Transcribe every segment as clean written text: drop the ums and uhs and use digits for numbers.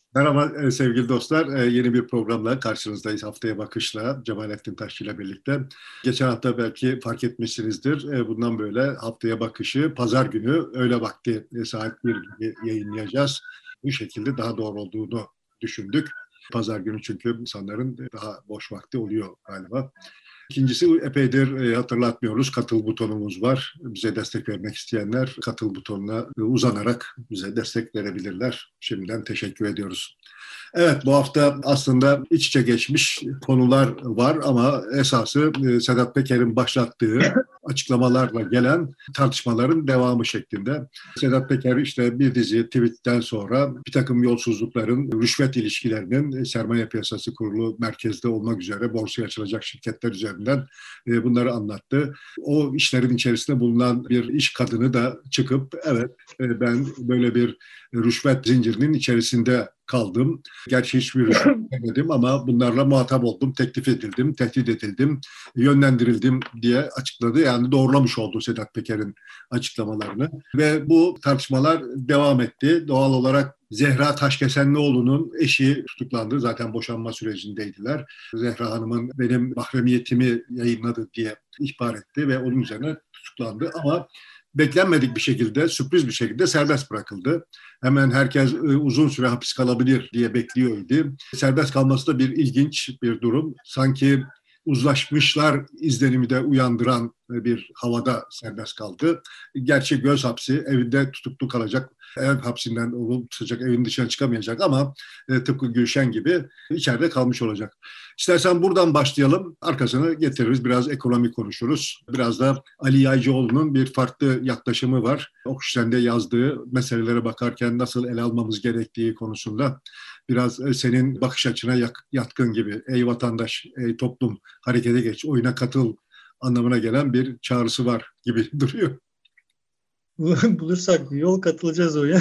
Merhaba sevgili dostlar. Yeni bir programla karşınızdayız. Haftaya Bakış'la Cemalettin Taşçı ile birlikte. Geçen hafta belki fark etmişsinizdir. Bundan böyle Haftaya Bakış'ı pazar günü öğle vakti saat 1 gibi yayınlayacağız. Bu şekilde daha doğru olduğunu düşündük. Pazar günü çünkü insanların daha boş vakti oluyor galiba. İkincisi epeydir hatırlatmıyoruz. Katıl butonumuz var. Bize destek vermek isteyenler katıl butonuna uzanarak bize destek verebilirler. Şimdiden teşekkür ediyoruz. Evet, bu hafta aslında iç içe geçmiş konular var ama esası Sedat Peker'in başlattığı açıklamalarla gelen tartışmaların devamı şeklinde. Sedat Peker işte bir dizi tweetten sonra bir takım yolsuzlukların, rüşvet ilişkilerinin sermaye piyasası kurulu merkezde olmak üzere borsaya açılacak şirketler üzerinden bunları anlattı. O işlerin içerisinde bulunan bir iş kadını da çıkıp evet ben böyle bir rüşvet zincirinin içerisinde kaldım. Gerçi hiçbir rüşvet vermedim ama bunlarla muhatap oldum, teklif edildim, tehdit edildim, yönlendirildim diye açıkladı. Yani doğrulamış oldu Sedat Peker'in açıklamalarını. Ve bu tartışmalar devam etti. Doğal olarak Zehra Taşkesenlioğlu'nun eşi tutuklandı. Zaten boşanma sürecindeydiler. Zehra Hanım'ın benim mahremiyetimi yayınladı diye ihbar etti ve onun üzerine tutuklandı. Ama beklenmedik bir şekilde, sürpriz bir şekilde serbest bırakıldı. Hemen herkes uzun süre hapis kalabilir diye bekliyordu. Serbest kalması da bir ilginç bir durum. Sanki uzlaşmışlar izlenimi de uyandıran bir havada serbest kaldı. Gerçi göz hapsi, evinde tutuklu kalacak, ev hapsinden tutacak, evin dışına çıkamayacak ama tıpkı Gülşen gibi içeride kalmış olacak. İstersen buradan başlayalım, arkasını getiririz, biraz ekonomi konuşuruz. Biraz da Ali Yaycıoğlu'nun bir farklı yaklaşımı var. Oksijen'de yazdığı meselelere bakarken nasıl ele almamız gerektiği konusunda biraz senin bakış açına yatkın gibi. Ey vatandaş, ey toplum, harekete geç, oyuna katıl anlamına gelen bir çağrısı var gibi duruyor. Bulursak bir yol katılacağız oraya.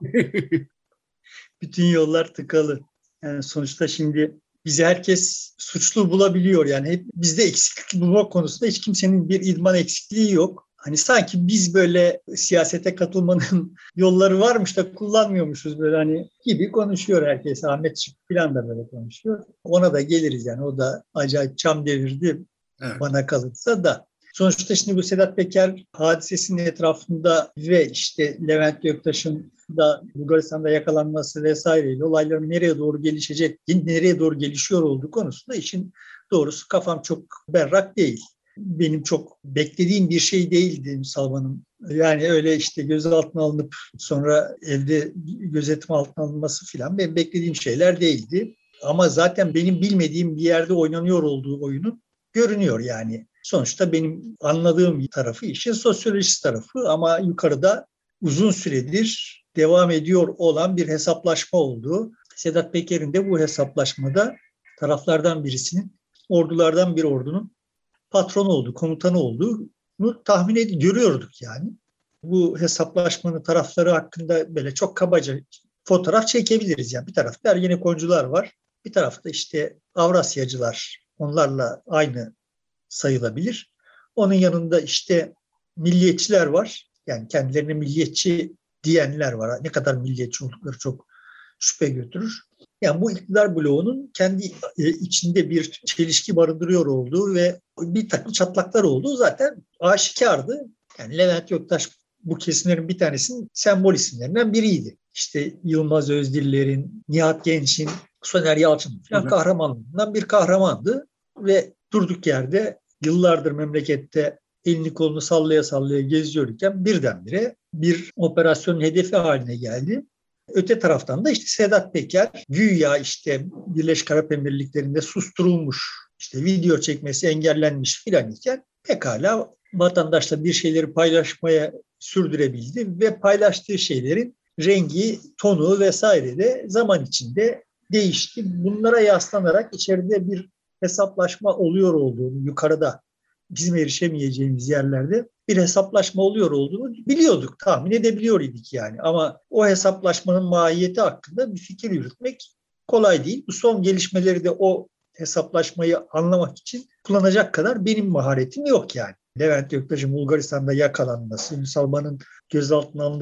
Bütün yollar tıkalı. Yani sonuçta şimdi bizi herkes suçlu bulabiliyor. Yani hep bizde eksiklik bulmak konusunda hiç kimsenin bir idman eksikliği yok. Hani sanki biz böyle siyasete katılmanın yolları varmış da kullanmıyormuşuz böyle hani gibi konuşuyor herkes. Ahmet Şık falan da böyle konuşuyor. Ona da geliriz yani o da acayip çam devirdi Evet. bana kalırsa da. Sonuçta şimdi bu Sedat Peker hadisesinin etrafında ve işte Levent Göktaş'ın da Bulgaristan'da yakalanması vesaireyle olayların nereye doğru gelişecek, nereye doğru gelişiyor olduğu konusunda işin doğrusu kafam çok berrak değil. Benim çok beklediğim bir şey değildi Salman'ın. Yani öyle işte gözaltına alınıp sonra evde gözetim altına alınması falan benim beklediğim şeyler değildi. Ama zaten benim bilmediğim bir yerde oynanıyor olduğu oyunun görünüyor yani. Sonuçta benim anladığım tarafı işin sosyolojisi tarafı ama yukarıda uzun süredir devam ediyor olan bir hesaplaşma olduğu. Sedat Peker'in de bu hesaplaşmada taraflardan birisinin ordulardan bir ordunun patronu olduğu, komutanı olduğunu görüyorduk yani. Bu hesaplaşmanın tarafları hakkında böyle çok kabaca fotoğraf çekebiliriz. Yani bir tarafta Ergenekoncular var, bir tarafta işte Avrasyacılar, onlarla aynı sayılabilir. Onun yanında işte milliyetçiler var. Yani kendilerine milliyetçi diyenler var. Ne kadar milliyetçi oldukları çok şüphe götürür. Yani bu iktidar bloğunun kendi içinde bir çelişki barındırıyor olduğu ve bir takım çatlaklar olduğu zaten aşikardı. Yani Levent Göktaş bu kesimlerin bir tanesinin sembol isimlerinden biriydi. İşte Yılmaz Özdiller'in, Nihat Genç'in, Soner Yalçın'ın falan kahramanlarından bir kahramandı ve durduk yerde yıllardır memlekette elini kolunu sallaya sallaya geziyorken birdenbire bir operasyonun hedefi haline geldi. Öte taraftan da işte Sedat Peker güya işte Birleşik Arap Emirlikleri'nde susturulmuş, işte video çekmesi engellenmiş filan iken pekala vatandaşla bir şeyleri paylaşmaya sürdürebildi ve paylaştığı şeylerin rengi, tonu vesaire de zaman içinde değişti. Bunlara yaslanarak içeride bir hesaplaşma oluyor olduğunu yukarıda bizim erişemeyeceğimiz yerlerde bir hesaplaşma oluyor olduğunu biliyorduk, tahmin edebiliyor idik yani. Ama o hesaplaşmanın mahiyeti hakkında bir fikir yürütmek kolay değil. Bu son gelişmeleri de o hesaplaşmayı anlamak için kullanacak kadar benim maharetim yok yani. Levent Göktaş'ın Bulgaristan'da yakalanması, Ünsalman'ın gözaltına alınıp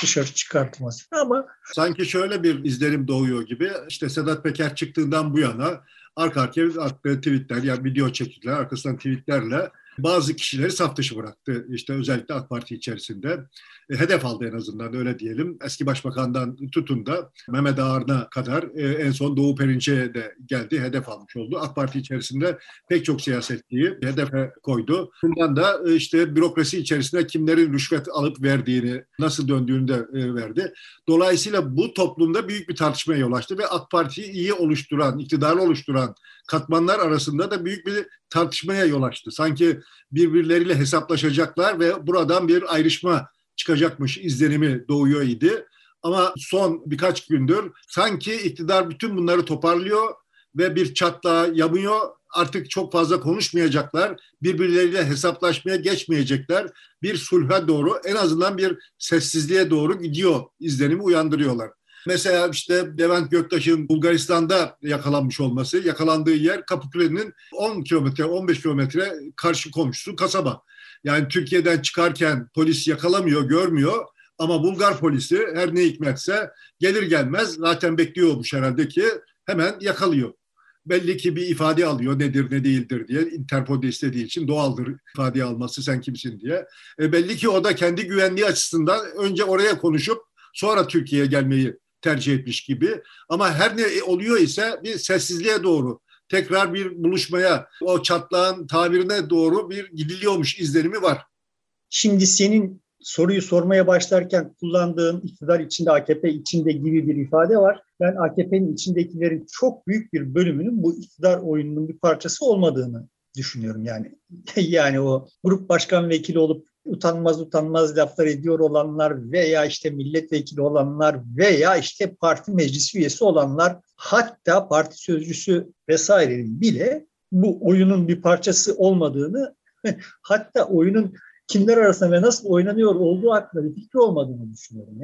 dışarı çıkartması. Ama sanki şöyle bir izlenim doğuyor gibi. İşte Sedat Peker çıktığından bu yana arka arkaya attığı tweetler, yani video çektiler, arkasından tweetlerle bazı kişileri saf dışı bıraktı. İşte özellikle AK Parti içerisinde. Hedef aldı, en azından öyle diyelim. Eski başbakandan tutun da Mehmet Ağar'ına kadar en son Doğu Perinçek'e de geldi, hedef almış oldu. AK Parti içerisinde pek çok siyasetçiyi hedefe koydu. Bundan da işte bürokrasi içerisinde kimlerin rüşvet alıp verdiğini, nasıl döndüğünü de verdi. Dolayısıyla bu toplumda büyük bir tartışmaya yol açtı ve AK Parti'yi iyi oluşturan, iktidarı oluşturan katmanlar arasında da büyük bir tartışmaya yol açtı. Sanki birbirleriyle hesaplaşacaklar ve buradan bir ayrışma çıkacakmış izlenimi doğuyor idi. Ama son birkaç gündür sanki iktidar bütün bunları toparlıyor ve bir çatlağa yamıyor. Artık çok fazla konuşmayacaklar, birbirleriyle hesaplaşmaya geçmeyecekler. Bir sulha doğru, en azından bir sessizliğe doğru gidiyor izlenimi uyandırıyorlar. Mesela işte Levent Göktaş'ın Bulgaristan'da yakalanmış olması, yakalandığı yer Kapıkule'nin 10 kilometre, 15 kilometre karşı komşusu kasaba. Yani Türkiye'den çıkarken polis yakalamıyor, görmüyor, ama Bulgar polisi her ne hikmetse gelir gelmez zaten bekliyormuş herhalde ki hemen yakalıyor. Belli ki bir ifade alıyor, nedir ne değildir diye. Interpol'de istediği için doğaldır ifade alması, sen kimsin diye. Belli ki o da kendi güvenliği açısından önce oraya konuşup sonra Türkiye'ye gelmeyi tercih etmiş gibi. Ama her ne oluyor ise bir sessizliğe doğru, tekrar bir buluşmaya, o çatlağın tabirine doğru bir gidiliyormuş izlenimi var. şimdi senin soruyu sormaya başlarken kullandığın iktidar içinde, AKP içinde gibi bir ifade var. Ben AKP'nin içindekilerin çok büyük bir bölümünün bu iktidar oyununun bir parçası olmadığını düşünüyorum yani. Yani o grup başkan vekili olup utanmaz laflar ediyor olanlar veya işte milletvekili olanlar veya işte parti meclis üyesi olanlar, hatta parti sözcüsü vesairenin bile bu oyunun bir parçası olmadığını, hatta oyunun kimler arasında ve nasıl oynanıyor olduğu hakkında bir fikri olmadığını düşünüyorum.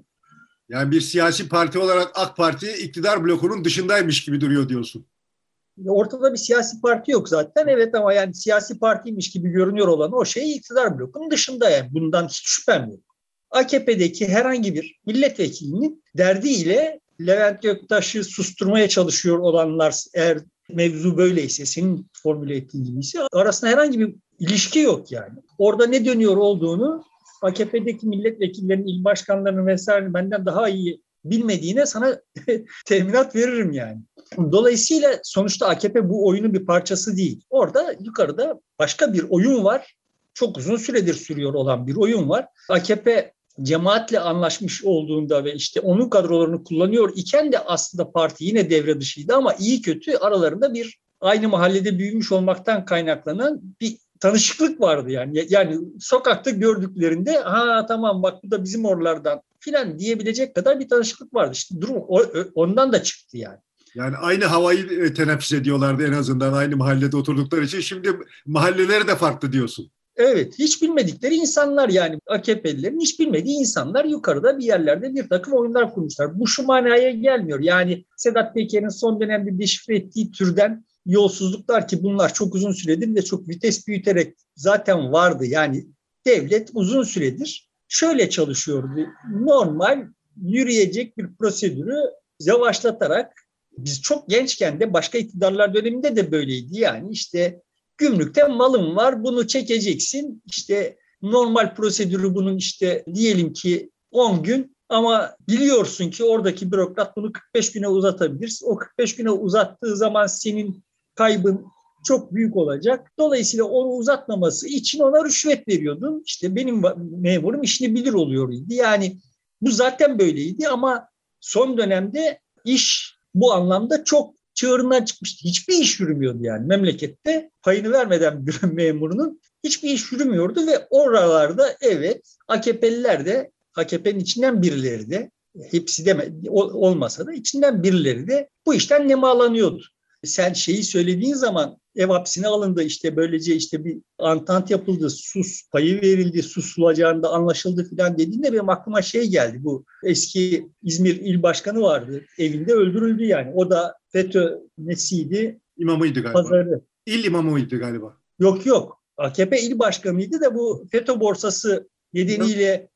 Yani bir siyasi parti olarak AK Parti iktidar blokunun dışındaymış gibi duruyor diyorsun. Ortada bir siyasi parti yok zaten, evet, ama yani siyasi partiymiş gibi görünüyor olan o şey iktidar blokunun dışında, yani bundan hiç şüphem yok. AKP'deki herhangi bir milletvekilinin derdiyle Levent Göktaş'ı susturmaya çalışıyor olanlar, eğer mevzu böyleyse, senin formüle ettiğin gibiyse, arasında herhangi bir ilişki yok yani. Orada ne dönüyor olduğunu AKP'deki milletvekillerinin, il başkanlarının vesaire benden daha iyi bilmediğine sana teminat veririm yani. Dolayısıyla sonuçta AKP bu oyunun bir parçası değil. Orada yukarıda başka bir oyun var. Çok uzun süredir sürüyor olan bir oyun var. AKP cemaatle anlaşmış olduğunda ve işte onun kadrolarını kullanıyor iken de aslında parti yine devre dışıydı, ama iyi kötü aralarında bir aynı mahallede büyümüş olmaktan kaynaklanan bir tanışıklık vardı yani. Yani sokakta gördüklerinde ha tamam bak bu da bizim oralardan filan diyebilecek kadar bir tanışıklık vardı. İşte durum ondan da çıktı yani. Yani aynı havayı teneffüs ediyorlardı en azından, aynı mahallede oturdukları için. Şimdi mahalleleri de farklı diyorsun. Evet, hiç bilmedikleri insanlar, yani AKP'lilerin hiç bilmediği insanlar yukarıda bir yerlerde bir takım oyunlar kurmuşlar. Bu şu manaya gelmiyor. Yani Sedat Peker'in son dönemde deşifre ettiği türden yolsuzluklar ki bunlar çok uzun süredir ve çok vites büyüterek zaten vardı. Yani devlet uzun süredir şöyle çalışıyordu. Normal yürüyecek bir prosedürü yavaşlatarak, biz çok gençken de başka iktidarlar döneminde de böyleydi. Yani işte gümrükte malın var, bunu çekeceksin. İşte normal prosedürü bunun işte diyelim ki 10 gün, ama biliyorsun ki oradaki bürokrat bunu 45 güne uzatabilir. O 45 güne uzattığı zaman senin kaybın çok büyük olacak. Dolayısıyla onu uzatmaması için ona rüşvet veriyordun. İşte benim memurum işini bilir oluyordu. Yani bu zaten böyleydi, ama son dönemde iş bu anlamda çok çığırından çıkmıştı. Hiçbir iş yürümüyordu yani memlekette. Payını vermeden bir memurunun hiçbir iş yürümüyordu ve oralarda evet AKP'liler de, AKP'nin içinden birileri de, hepsi deme olmasa da içinden birileri de bu işten nemalanıyordu. Sen şeyi söylediğin zaman ev hapsine alındı, işte böylece işte bir antant yapıldı, sus payı verildi, susulacağında anlaşıldı filan dediğinde benim aklıma şey geldi. Bu eski İzmir il başkanı vardı, evinde öldürüldü yani. O da FETÖ nesiydi? İmamıydı galiba. Pazarı. İl imamıydı galiba. Yok. AKP il başkanıydı da bu FETÖ borsası nedeniyle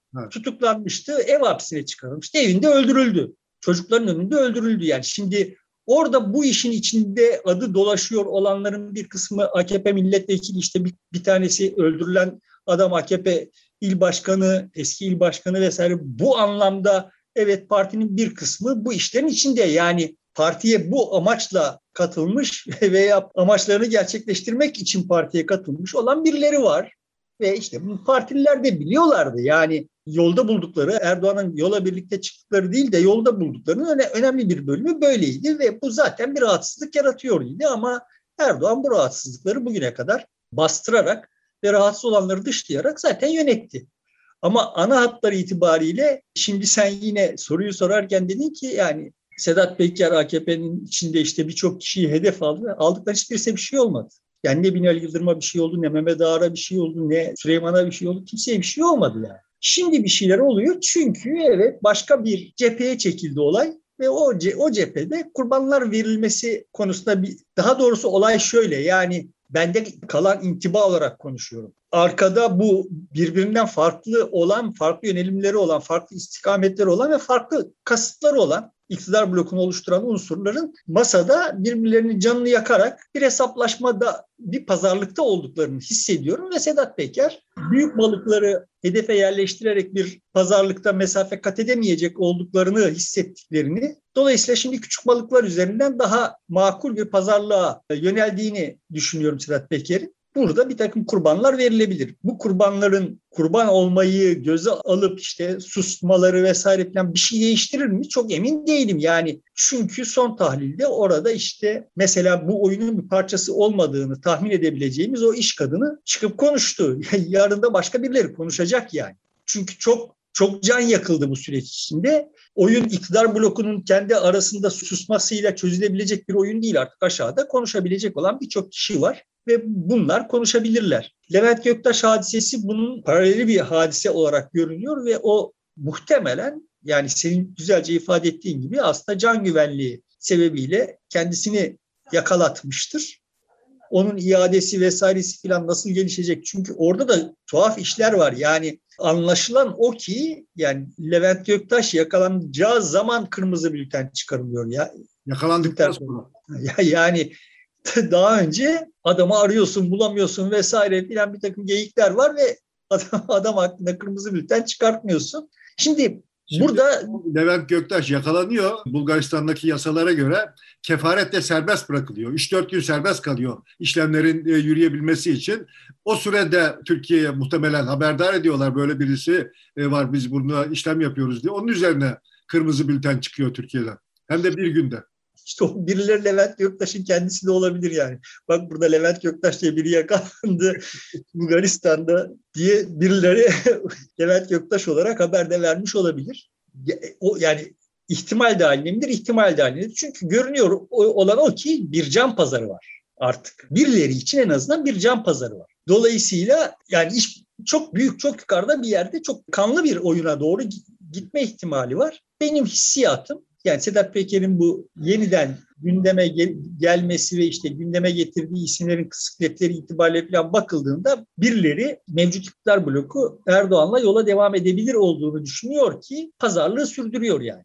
Evet. Tutuklanmıştı, ev hapsine çıkarılmıştı, evinde öldürüldü. Çocukların önünde öldürüldü yani. Şimdi orada bu işin içinde adı dolaşıyor olanların bir kısmı AKP milletvekili, işte bir tanesi öldürülen adam AKP il başkanı, eski il başkanı vesaire. Bu anlamda evet, partinin bir kısmı bu işlerin içinde, yani partiye bu amaçla katılmış veya amaçlarını gerçekleştirmek için partiye katılmış olan birileri var. Ve işte bu partililer de biliyorlardı. Yani yolda buldukları, Erdoğan'ın yola birlikte çıktıkları değil de yolda bulduklarının önemli bir bölümü böyleydi ve bu zaten bir rahatsızlık yaratıyordu. Ama Erdoğan bu rahatsızlıkları bugüne kadar bastırarak ve rahatsız olanları dışlayarak zaten yönetti. Ama ana hatları itibariyle şimdi sen yine soruyu sorarken dedin ki yani Sedat Peker AKP'nin içinde işte birçok kişiyi hedef aldı. Aldıkları hiçbirisi bir şey olmadı. Yani ne Binali Yıldırım'a bir şey oldu, ne Mehmet Ağar'a bir şey oldu, ne Süleyman'a bir şey oldu. Kimseye bir şey olmadı yani. Şimdi bir şeyler oluyor çünkü evet, başka bir cepheye çekildi olay ve o cephede kurbanlar verilmesi konusunda daha doğrusu olay şöyle, yani bende kalan intiba olarak konuşuyorum. Arkada bu birbirinden farklı olan, farklı yönelimleri olan, farklı istikametleri olan ve farklı kasıtları olan iktidar blokunu oluşturan unsurların masada birbirlerinin canını yakarak bir hesaplaşmada, bir pazarlıkta olduklarını hissediyorum ve Sedat Peker büyük balıkları hedefe yerleştirerek bir pazarlıkta mesafe kat edemeyecek olduklarını hissettiklerini, dolayısıyla şimdi küçük balıklar üzerinden daha makul bir pazarlığa yöneldiğini düşünüyorum Sedat Peker'in. Burada bir takım kurbanlar verilebilir. Bu kurbanların kurban olmayı göze alıp işte susmaları vesaire falan bir şey değiştirir mi? Çok emin değilim. Yani çünkü son tahlilde orada işte mesela bu oyunun bir parçası olmadığını tahmin edebileceğimiz o iş kadını çıkıp konuştu. Yarın da başka birileri konuşacak yani. Çünkü çok can yakıldı bu süreç içinde. Oyun iktidar blokunun kendi arasında susmasıyla çözülebilecek bir oyun değil artık. Aşağıda konuşabilecek olan birçok kişi var ve bunlar konuşabilirler. Levent Göktaş hadisesi bunun paraleli bir hadise olarak görünüyor ve o muhtemelen, yani senin güzelce ifade ettiğin gibi, aslında can güvenliği sebebiyle kendisini yakalatmıştır. Onun iadesi vesairesi falan nasıl gelişecek? Çünkü orada da tuhaf işler var. Yani anlaşılan o ki yani Levent Göktaş yakalanacağı zaman kırmızı bülten çıkarılıyor ya. Yakalandıktan sonra. Yani daha önce adamı arıyorsun, bulamıyorsun vesaire filan, bir takım geyikler var ve adam hakkında kırmızı bülten çıkartmıyorsun. Şimdi burada Levent Göktaş yakalanıyor. Bulgaristan'daki yasalara göre kefaretle serbest bırakılıyor. 3-4 gün serbest kalıyor işlemlerin yürüyebilmesi için. O sürede Türkiye'ye muhtemelen haberdar ediyorlar. Böyle birisi var, biz bununla işlem yapıyoruz diye. Onun üzerine kırmızı bülten çıkıyor Türkiye'den. Hem de bir günde. İşte o birileri Levent Göktaş'ın kendisi de olabilir yani. Bak burada Levent Göktaş diye biri yakalandı Bulgaristan'da diye birileri Levent Göktaş olarak haber de vermiş olabilir. O yani ihtimal dahilindedir, ihtimal dahilindedir. Çünkü görünüyor olan o ki bir can pazarı var artık. Birileri için en azından bir can pazarı var. Dolayısıyla yani iş çok büyük, çok yukarıda bir yerde çok kanlı bir oyuna doğru gitme ihtimali var. Benim hissiyatım, yani Sedat Peker'in bu yeniden gündeme gelmesi ve işte gündeme getirdiği isimlerin kısıkletleri itibariyle falan bakıldığında birileri mevcut iktidar bloku Erdoğan'la yola devam edebilir olduğunu düşünüyor ki pazarlığı sürdürüyor yani.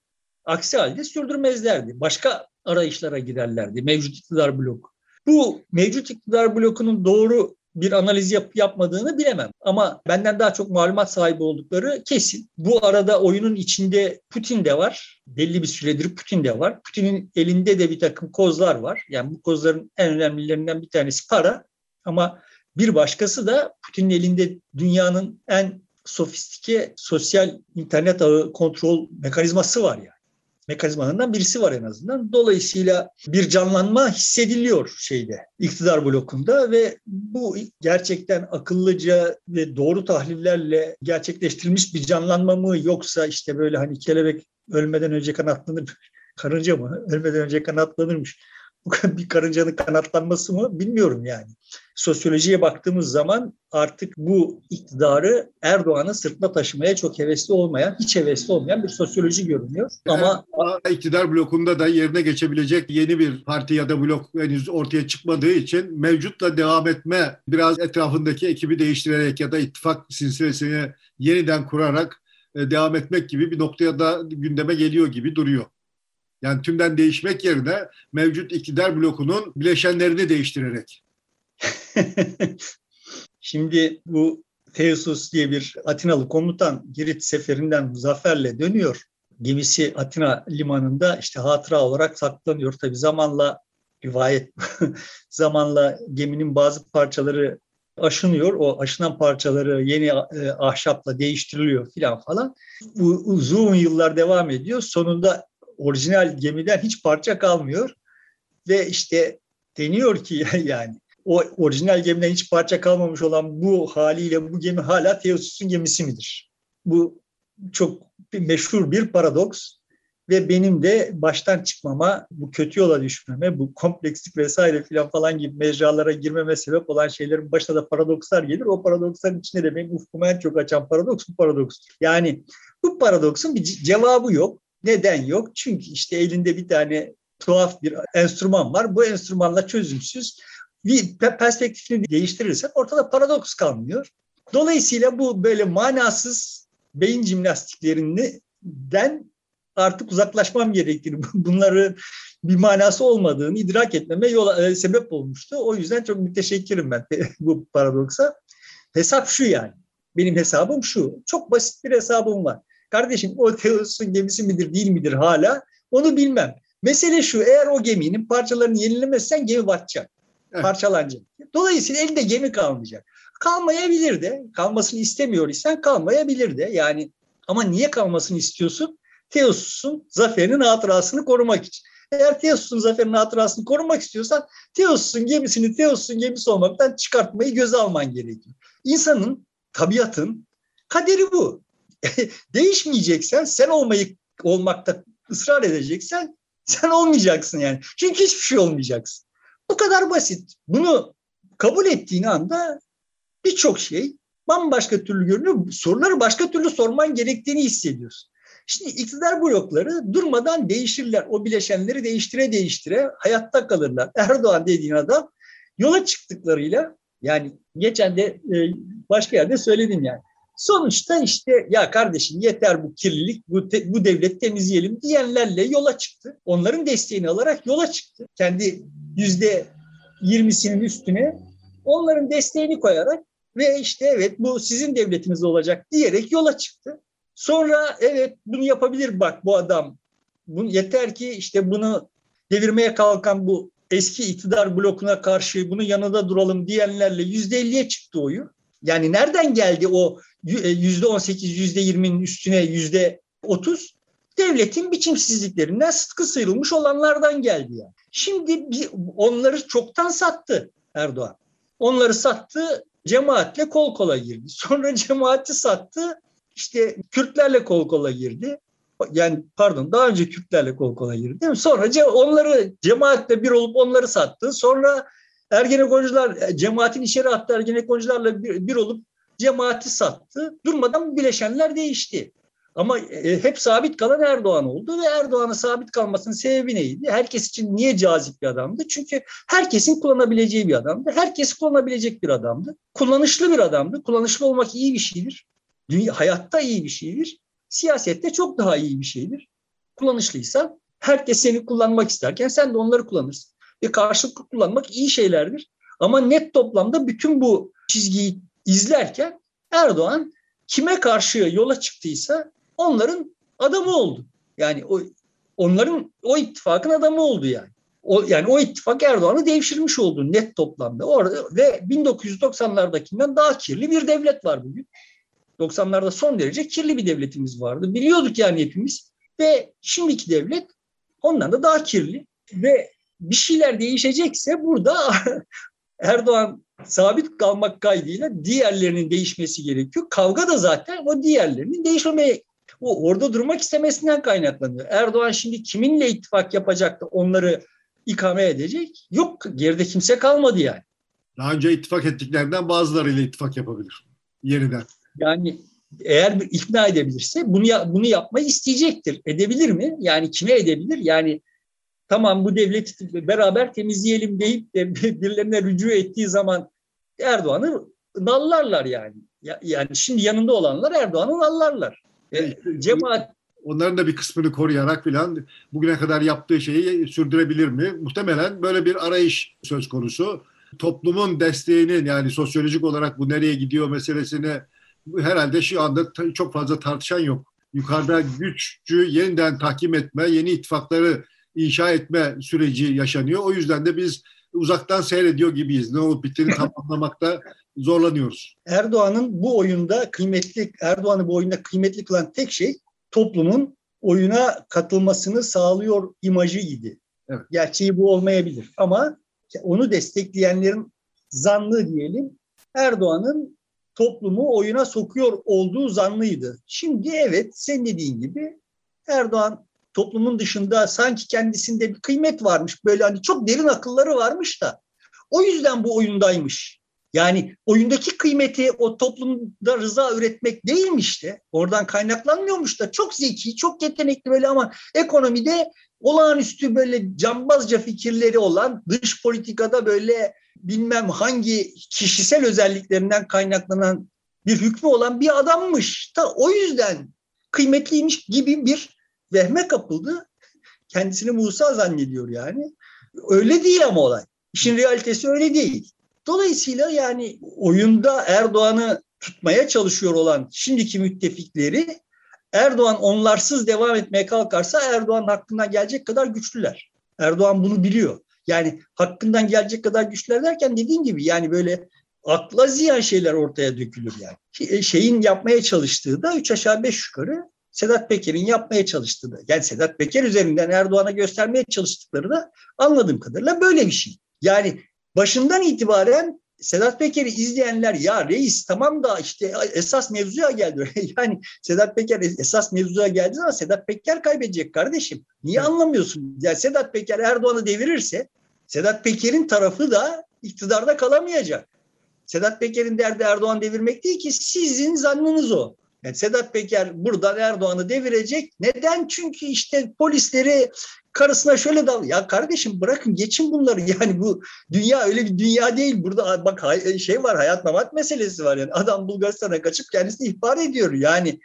Aksi halde sürdürmezlerdi. Başka arayışlara girerlerdi mevcut iktidar bloku. Bu mevcut iktidar blokunun doğru bir analiz yapmadığını bilemem. Ama benden daha çok malumat sahibi oldukları kesin. Bu arada oyunun içinde Putin de var. Belli bir süredir Putin de var. Putin'in elinde de bir takım kozlar var. Yani bu kozların en önemlilerinden bir tanesi para. Ama bir başkası da Putin'in elinde dünyanın en sofistike sosyal internet ağı kontrol mekanizması var yani. Mekanizmalarından birisi var en azından. Dolayısıyla bir canlanma hissediliyor iktidar blokunda ve bu gerçekten akıllıca ve doğru tahlillerle gerçekleştirilmiş bir canlanma mı, yoksa işte böyle hani kelebek ölmeden önce kanatlanır, karınca mı ölmeden önce kanatlanırmış bir karıncanın kanatlanması mı bilmiyorum yani. Sosyolojiye baktığımız zaman artık bu iktidarı Erdoğan'ın sırtına taşımaya çok hevesli olmayan, hiç hevesli olmayan bir sosyoloji görünüyor. Ama iktidar blokunda da yerine geçebilecek yeni bir parti ya da blok henüz ortaya çıkmadığı için mevcutla devam etme, biraz etrafındaki ekibi değiştirerek ya da ittifak silsilesini yeniden kurarak devam etmek gibi bir noktaya da gündeme geliyor gibi duruyor. Yani tümden değişmek yerine mevcut iktidar blokunun bileşenlerini değiştirerek. Şimdi bu Theosus diye bir Atinalı komutan Girit seferinden zaferle dönüyor. Gemisi Atina limanında işte hatıra olarak saklanıyor. Tabii zamanla rivayet zamanla geminin bazı parçaları aşınıyor. O aşınan parçaları yeni ahşapla değiştiriliyor falan. Bu uzun yıllar devam ediyor. Sonunda orijinal gemiden hiç parça kalmıyor. Ve işte deniyor ki yani o orijinal gemiden hiç parça kalmamış olan bu haliyle bu gemi hala Theosus'un gemisi midir? Bu çok meşhur bir paradoks ve benim de baştan çıkmama, bu kötü yola düşmeme, bu komplekslik vesaire falan gibi mecralara girmeme sebep olan şeylerin başına da paradokslar gelir. O paradoksların içinde de benim ufkumu en çok açan paradoks bu paradokstur. Yani bu paradoksun bir cevabı yok. Neden yok? Çünkü işte elinde bir tane tuhaf bir enstrüman var. Bu enstrümanla çözümsüz bir perspektifini değiştirirsen ortada paradoks kalmıyor. Dolayısıyla bu böyle manasız beyin jimnastiklerinden artık uzaklaşmam gerektiğini, bunların bir manası olmadığını idrak etmeme sebep olmuştu. O yüzden çok müteşekkirim ben bu paradoksa. Hesap şu yani. Benim hesabım şu. Çok basit bir hesabım var. Kardeşim o Theosos'un gemisi midir değil midir hala onu bilmem. Mesele şu, eğer o geminin parçalarını yenilemezsen gemi batacak, parçalanacak. Dolayısıyla elinde gemi kalmayacak. Kalmayabilir de, kalmasını istemiyor isen kalmayabilir de. Yani ama niye kalmasını istiyorsun? Theosos'un zaferinin hatırasını korumak için. Eğer Theosos'un zaferinin hatırasını korumak istiyorsan Theosos'un gemisini Theosos'un gemisi olmaktan çıkartmayı göze alman gerekiyor. İnsanın, tabiatın kaderi bu. Değişmeyeceksen, sen olmakta ısrar edeceksen sen olmayacaksın yani. Çünkü hiçbir şey olmayacaksın. Bu kadar basit. Bunu kabul ettiğin anda birçok şey bambaşka türlü görünüyor. Soruları başka türlü sorman gerektiğini hissediyorsun. Şimdi iktidar blokları durmadan değişirler. O bileşenleri değiştire hayatta kalırlar. Erdoğan dediğin adam yola çıktıklarıyla, yani geçen de başka yerde söyledim yani. Sonuçta işte ya kardeşim yeter bu kirlilik, bu devleti temizleyelim diyenlerle yola çıktı. Onların desteğini alarak yola çıktı. Kendi %20'sinin üstüne onların desteğini koyarak ve işte evet bu sizin devletiniz olacak diyerek yola çıktı. Sonra evet bunu yapabilir bak bu adam. Yeter ki işte bunu devirmeye kalkan bu eski iktidar blokuna karşı bunun yanında duralım diyenlerle %50'ye çıktı oyu. Yani nereden geldi o %18, %20'nin üstüne %30? Devletin biçimsizliklerinden sıtkı sıyrılmış olanlardan geldi yani. Şimdi onları çoktan sattı Erdoğan. Onları sattı, cemaatle kol kola girdi. Sonra cemaati sattı, işte Kürtlerle kol kola girdi. Yani pardon, daha önce Kürtlerle kol kola girdi değil mi? Sonra onları cemaatle bir olup onları sattı. Sonra Ergenekoncular, cemaatin içeri attı Ergenekoncularla bir olup cemaati sattı. Durmadan bileşenler değişti. Ama hep sabit kalan Erdoğan oldu ve Erdoğan'ın sabit kalmasının sebebi neydi? Herkes için niye cazip bir adamdı? Çünkü herkesin kullanabileceği bir adamdı. Herkes kullanabilecek bir adamdı. Kullanışlı bir adamdı. Kullanışlı olmak iyi bir şeydir. Hayatta iyi bir şeydir. Siyasette çok daha iyi bir şeydir. Kullanışlıysan herkes seni kullanmak isterken sen de onları kullanırsın. Ve karşılıklı kullanmak iyi şeylerdir. Ama net toplamda bütün bu çizgiyi izlerken Erdoğan kime karşı yola çıktıysa onların adamı oldu. Yani onların o ittifakın adamı oldu yani. Yani o ittifak Erdoğan'ı devşirmiş oldu net toplamda. Orada ve 1990'lardakinden daha kirli bir devlet var bugün. 90'larda son derece kirli bir devletimiz vardı. Biliyorduk yani hepimiz. Ve şimdiki devlet ondan da daha kirli. Ve bir şeyler değişecekse burada Erdoğan sabit kalmak kaydıyla diğerlerinin değişmesi gerekiyor. Kavga da zaten o diğerlerinin değişmemeye, orada durmak istemesinden kaynaklanıyor. Erdoğan şimdi kiminle ittifak yapacak da onları ikame edecek. Yok, geride kimse kalmadı yani. Daha önce ittifak ettiklerinden bazılarıyla ittifak yapabilir yeniden. Yani eğer ikna edebilirse bunu yapmayı isteyecektir. Edebilir mi? Yani kime edebilir? Yani tamam, bu devleti beraber temizleyelim deyip de birilerine rücu ettiği zaman Erdoğan'ı nallarlar yani. Yani şimdi yanında olanlar Erdoğan'ı nallarlar. Cemaat onların da bir kısmını koruyarak filan bugüne kadar yaptığı şeyi sürdürebilir mi? Muhtemelen böyle bir arayış söz konusu. Toplumun desteğinin, yani sosyolojik olarak bu nereye gidiyor meselesini herhalde şu anda çok fazla tartışan yok. Yukarıda gücü yeniden tahkim etme, yeni ittifakları inşa etme süreci yaşanıyor. O yüzden de biz uzaktan seyrediyor gibiyiz. Ne olup bittiğini tam anlamakta zorlanıyoruz. Erdoğan'ı bu oyunda kıymetli kılan tek şey toplumun oyuna katılmasını sağlıyor imajıydı. Evet. Gerçeği bu olmayabilir ama onu destekleyenlerin zannı diyelim, Erdoğan'ın toplumu oyuna sokuyor olduğu zannıydı. Şimdi evet, sen dediğin gibi Erdoğan toplumun dışında sanki kendisinde bir kıymet varmış, böyle hani çok derin akılları varmış da o yüzden bu oyundaymış. Yani oyundaki kıymeti o toplumda rıza üretmek değilmiş de, oradan kaynaklanmıyormuş da, çok zeki, çok yetenekli böyle ama ekonomide olağanüstü böyle cambazca fikirleri olan, dış politikada böyle bilmem hangi kişisel özelliklerinden kaynaklanan bir hükmü olan bir adammış. O yüzden kıymetliymiş gibi bir vehme kapıldı. Kendisini Musa zannediyor yani. Öyle değil ama olay. İşin realitesi öyle değil. Dolayısıyla yani oyunda Erdoğan'ı tutmaya çalışıyor olan şimdiki müttefikleri, Erdoğan onlarsız devam etmeye kalkarsa Erdoğan hakkından gelecek kadar güçlüler. Erdoğan bunu biliyor. Yani hakkından gelecek kadar güçlüler derken dediğim gibi yani böyle akla ziyan şeyler ortaya dökülür yani. Şeyin yapmaya çalıştığı da 3 aşağı 5 yukarı Sedat Peker'in yapmaya çalıştığı da, yani Sedat Peker üzerinden Erdoğan'a göstermeye çalıştıkları da anladığım kadarıyla böyle bir şey. Yani başından itibaren Sedat Peker'i izleyenler, ya reis tamam da işte esas mevzuya geldi. Yani Sedat Peker esas mevzuya geldi ama Sedat Peker kaybedecek kardeşim. Niye anlamıyorsun? Yani Sedat Peker Erdoğan'ı devirirse Sedat Peker'in tarafı da iktidarda kalamayacak. Sedat Peker'in derdi Erdoğan devirmek değil ki, sizin zannınız o. Yani Sedat Peker buradan Erdoğan'ı devirecek. Neden? Çünkü işte polisleri karısına şöyle ya kardeşim bırakın geçin bunları. Yani bu dünya öyle bir dünya değil. Burada bak şey var, hayat memat meselesi var. Yani adam Bulgaristan'a kaçıp kendisini ihbar ediyor. Yani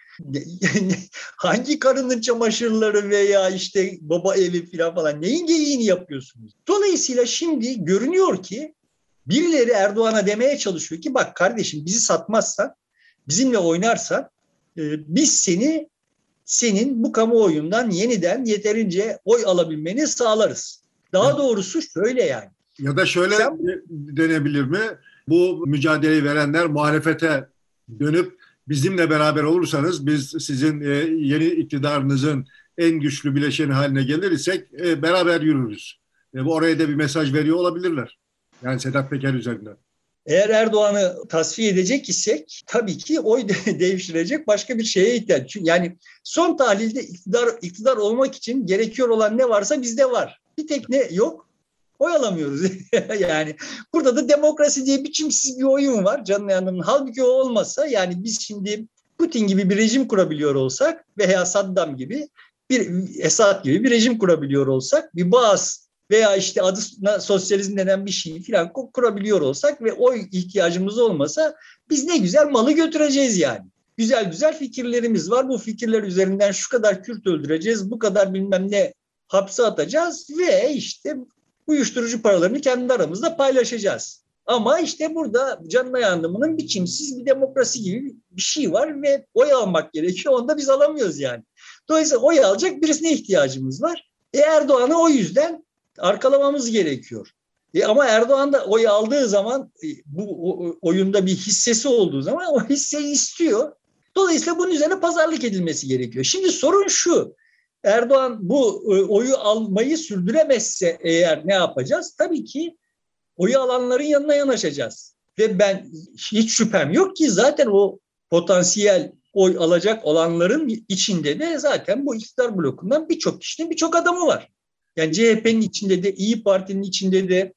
hangi karının çamaşırları veya işte baba evi falan neyin geyiğini yapıyorsunuz? Dolayısıyla şimdi görünüyor ki birileri Erdoğan'a demeye çalışıyor ki bak kardeşim, bizi satmazsan, bizimle oynarsan biz senin bu kamuoyundan yeniden yeterince oy alabilmeni sağlarız. Daha doğrusu şöyle yani. Ya da şöyle denebilir mi? Bu mücadeleyi verenler muhalefete dönüp bizimle beraber olursanız biz sizin yeni iktidarınızın en güçlü bileşeni haline gelirsek beraber yürürüz. Oraya da bir mesaj veriyor olabilirler. Yani Sedat Peker üzerinden. Eğer Erdoğan'ı tasfiye edecek isek tabii ki oy devşirecek başka bir şeye ihtiyaç. Yani son tahlilde iktidar olmak için gerekiyor olan ne varsa bizde var. Bir tek ne yok? Oy alamıyoruz. Yani burada da demokrasi diye biçimsiz bir oyun var canın yanının. Halbuki o olmasa, yani biz şimdi Putin gibi bir rejim kurabiliyor olsak veya Saddam gibi, Esad gibi bir rejim kurabiliyor olsak, bir Baas veya işte adına sosyalizm denen bir şey falan kurabiliyor olsak ve oy ihtiyacımız olmasa, biz ne güzel malı götüreceğiz yani. Güzel güzel fikirlerimiz var. Bu fikirler üzerinden şu kadar Kürt öldüreceğiz, bu kadar bilmem ne hapse atacağız ve işte uyuşturucu paralarını kendi aramızda paylaşacağız. Ama işte burada canına yandımının biçimsiz bir demokrasi gibi bir şey var ve oy almak gerekiyor. Onu da biz alamıyoruz yani. Dolayısıyla oy alacak birisine ihtiyacımız var. Erdoğan'ı o yüzden arkalamamız gerekiyor. Ama Erdoğan da oy aldığı zaman, bu oyunda bir hissesi olduğu zaman o hisseyi istiyor. Dolayısıyla bunun üzerine pazarlık edilmesi gerekiyor. Şimdi sorun şu: Erdoğan bu oyu almayı sürdüremezse eğer ne yapacağız? Tabii ki oyu alanların yanına yanaşacağız. Ve ben hiç şüphem yok ki zaten o potansiyel oy alacak olanların içinde de zaten bu iktidar blokundan birçok kişinin birçok adamı var. Yani CHP'nin içinde de, İyi Parti'nin içinde de,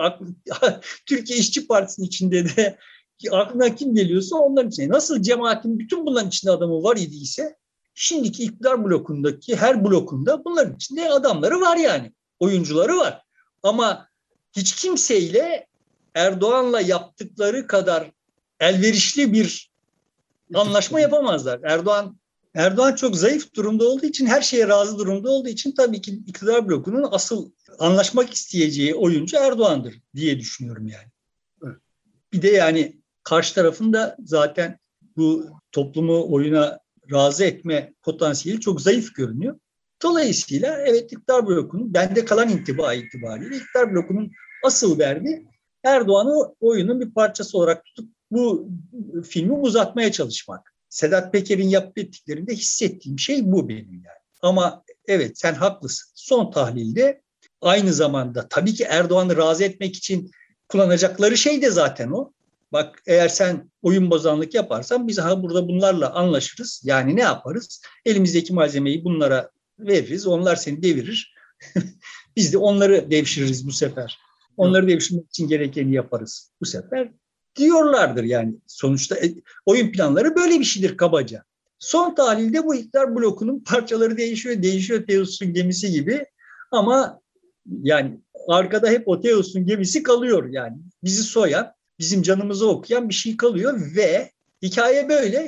Türkiye İşçi Partisi'nin içinde de aklına kim geliyorsa onların içinde. Nasıl cemaatin bütün bunların içinde adamı var idiyse şimdiki iktidar blokundaki her blokunda bunların içinde adamları var yani. Oyuncuları var. Ama hiç kimseyle Erdoğan'la yaptıkları kadar elverişli bir anlaşma yapamazlar. Erdoğan çok zayıf durumda olduğu için, her şeye razı durumda olduğu için tabii ki iktidar blokunun asıl anlaşmak isteyeceği oyuncu Erdoğan'dır diye düşünüyorum yani. Evet. Bir de yani karşı tarafın da zaten bu toplumu oyuna razı etme potansiyeli çok zayıf görünüyor. Dolayısıyla evet, iktidar blokunun, bende kalan intiba itibariyle iktidar blokunun asıl derdi Erdoğan'ı oyunun bir parçası olarak tutup bu filmi uzatmaya çalışmak. Sedat Peker'in yapıp ettiklerinde hissettiğim şey bu benim yani. Ama evet, sen haklısın. Son tahlilde aynı zamanda tabii ki Erdoğan'ı razı etmek için kullanacakları şey de zaten o. Bak, eğer sen oyun bozanlık yaparsan biz burada bunlarla anlaşırız. Yani ne yaparız? Elimizdeki malzemeyi bunlara veririz. Onlar seni devirir. Biz de onları devşiririz bu sefer. Onları devşirmek için gerekeni yaparız bu sefer diyorlardır yani. Sonuçta oyun planları böyle bir şeydir kabaca. Son tahlilde bu iktidar blokunun parçaları değişiyor Teos'un gemisi gibi. Ama yani arkada hep o Teos'un gemisi kalıyor yani. Bizi soyan, bizim canımızı okuyan bir şey kalıyor ve hikaye böyle.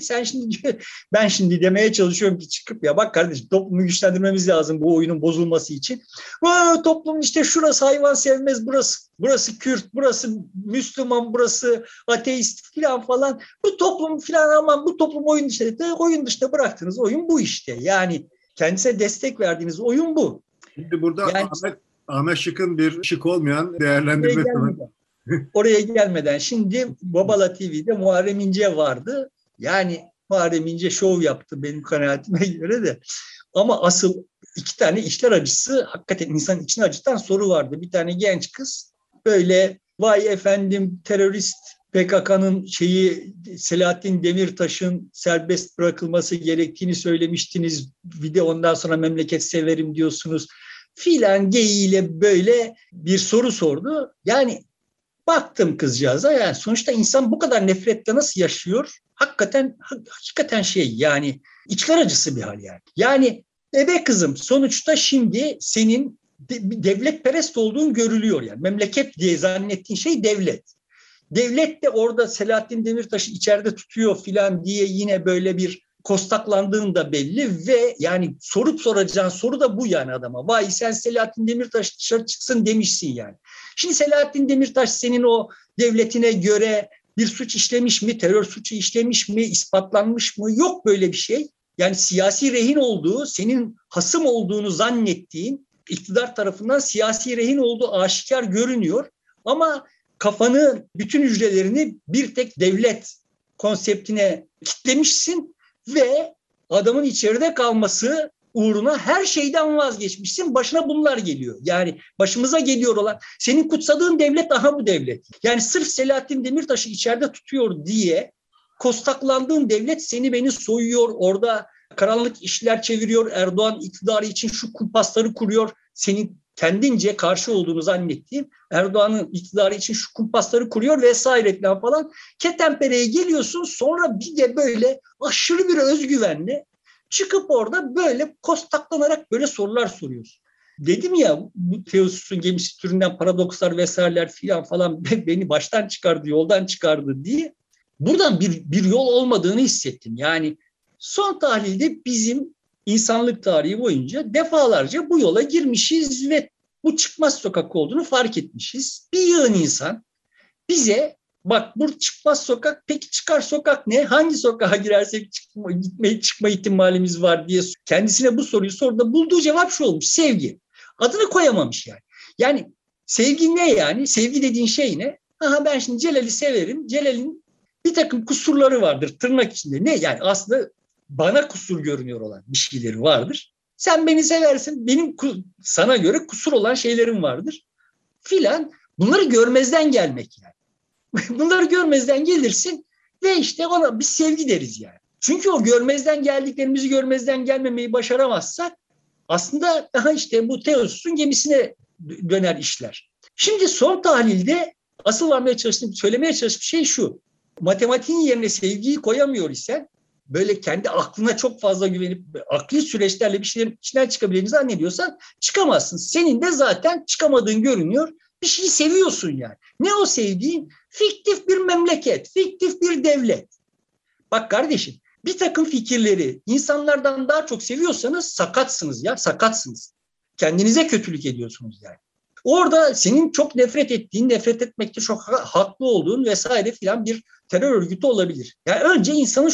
Ben şimdi demeye çalışıyorum ki çıkıp, ya bak kardeşim, toplumu güçlendirmemiz lazım bu oyunun bozulması için. Toplumun işte şurası hayvan sevmez, burası Kürt, burası Müslüman, burası ateist falan. Bu toplum falan, aman bu toplum oyun dışında bıraktığınız oyun bu işte. Yani kendisine destek verdiğiniz oyun bu. Şimdi burada yani, Ahmet Şık'ın bir şık olmayan değerlendirmesi var. Oraya gelmeden şimdi Babala TV'de Muharrem İnce vardı. Yani Muharrem İnce şov yaptı benim kanaatime göre de. Ama asıl iki tane işler acısı, hakikaten insanın içini acıtan soru vardı. Bir tane genç kız böyle, vay efendim terörist PKK'nın Selahattin Demirtaş'ın serbest bırakılması gerektiğini söylemiştiniz. Bir de ondan sonra memleket severim diyorsunuz filan geyiğiyle böyle bir soru sordu. Yani baktım kızcağıza, yani sonuçta insan bu kadar nefretle nasıl yaşıyor? Hakikaten yani içler acısı bir hal yani. Yani be kızım, sonuçta şimdi senin devletperest olduğun görülüyor yani. Memleket diye zannettiğin şey devlet. Devlet de orada Selahattin Demirtaş'ı içeride tutuyor filan diye yine böyle bir kostaklandığın da belli ve yani sorup soracağın soru da bu yani adama. Vay sen Selahattin Demirtaş dışarı çıksın demişsin yani. Şimdi Selahattin Demirtaş senin o devletine göre bir suç işlemiş mi, terör suçu işlemiş mi, ispatlanmış mı? Yok böyle bir şey. Yani siyasi rehin olduğu, senin hasım olduğunu zannettiğin iktidar tarafından siyasi rehin olduğu aşikar görünüyor. Ama kafanı, bütün hücrelerini bir tek devlet konseptine kitlemişsin ve adamın içeride kalması uğruna her şeyden vazgeçmişsin. Başına bunlar geliyor. Yani başımıza geliyor olan, senin kutsadığın devlet aha bu devlet. Yani sırf Selahattin Demirtaş'ı içeride tutuyor diye kostaklandığın devlet seni beni soyuyor. Orada karanlık işler çeviriyor. Erdoğan iktidarı için şu kumpasları kuruyor. Senin kendince karşı olduğunu zannettiğim Erdoğan'ın iktidarı için şu kumpasları kuruyor vesaire falan. Ketenpere'ye geliyorsun, sonra bir de böyle aşırı bir özgüvenle çıkıp orada böyle kostaklanarak böyle sorular soruyorsun. Dedim ya, bu Teos'un gemisi türünden paradokslar vesaireler falan beni baştan çıkardı, yoldan çıkardı diye. Buradan bir yol olmadığını hissettim. Yani son tahlilde bizim insanlık tarihi boyunca defalarca bu yola girmişiz ve bu çıkmaz sokak olduğunu fark etmişiz. Bir yığın insan bize, bak bu çıkmaz sokak, peki çıkar sokak ne? Hangi sokağa girersek çıkma ihtimalimiz var diye kendisine bu soruyu sorduğunda bulduğu cevap şu olmuş: sevgi. Adını koyamamış yani. Yani sevgi ne yani? Sevgi dediğin şey ne? Aha, ben şimdi Celal'i severim. Celal'in bir takım kusurları vardır tırnak içinde. Ne yani? Aslında bana kusur görünüyor olan bir şeyleri vardır. Sen beni seversin. Benim sana göre kusur olan şeylerim vardır filan. Bunları görmezden gelmek yani. Bunları görmezden gelirsin ve işte ona bir sevgi deriz yani. Çünkü o görmezden geldiklerimizi görmezden gelmemeyi başaramazsak aslında daha işte bu Theosos'un gemisine döner işler. Şimdi son tahlilde asıl söylemeye çalıştığım şey şu. Matematiğin yerine sevgiyi koyamıyor isen, böyle kendi aklına çok fazla güvenip akli süreçlerle bir şeylerin içinden çıkabileceğini zannediyorsan çıkamazsın. Senin de zaten çıkamadığın görünüyor. Bir şeyi seviyorsun yani. Ne o sevdiğin? Fiktif bir memleket, fiktif bir devlet. Bak kardeşim, bir takım fikirleri insanlardan daha çok seviyorsanız sakatsınız ya, sakatsınız. Kendinize kötülük ediyorsunuz yani. Orada senin çok nefret ettiğin, nefret etmekte çok haklı olduğun vesaire filan bir terör örgütü olabilir. Yani önce insanın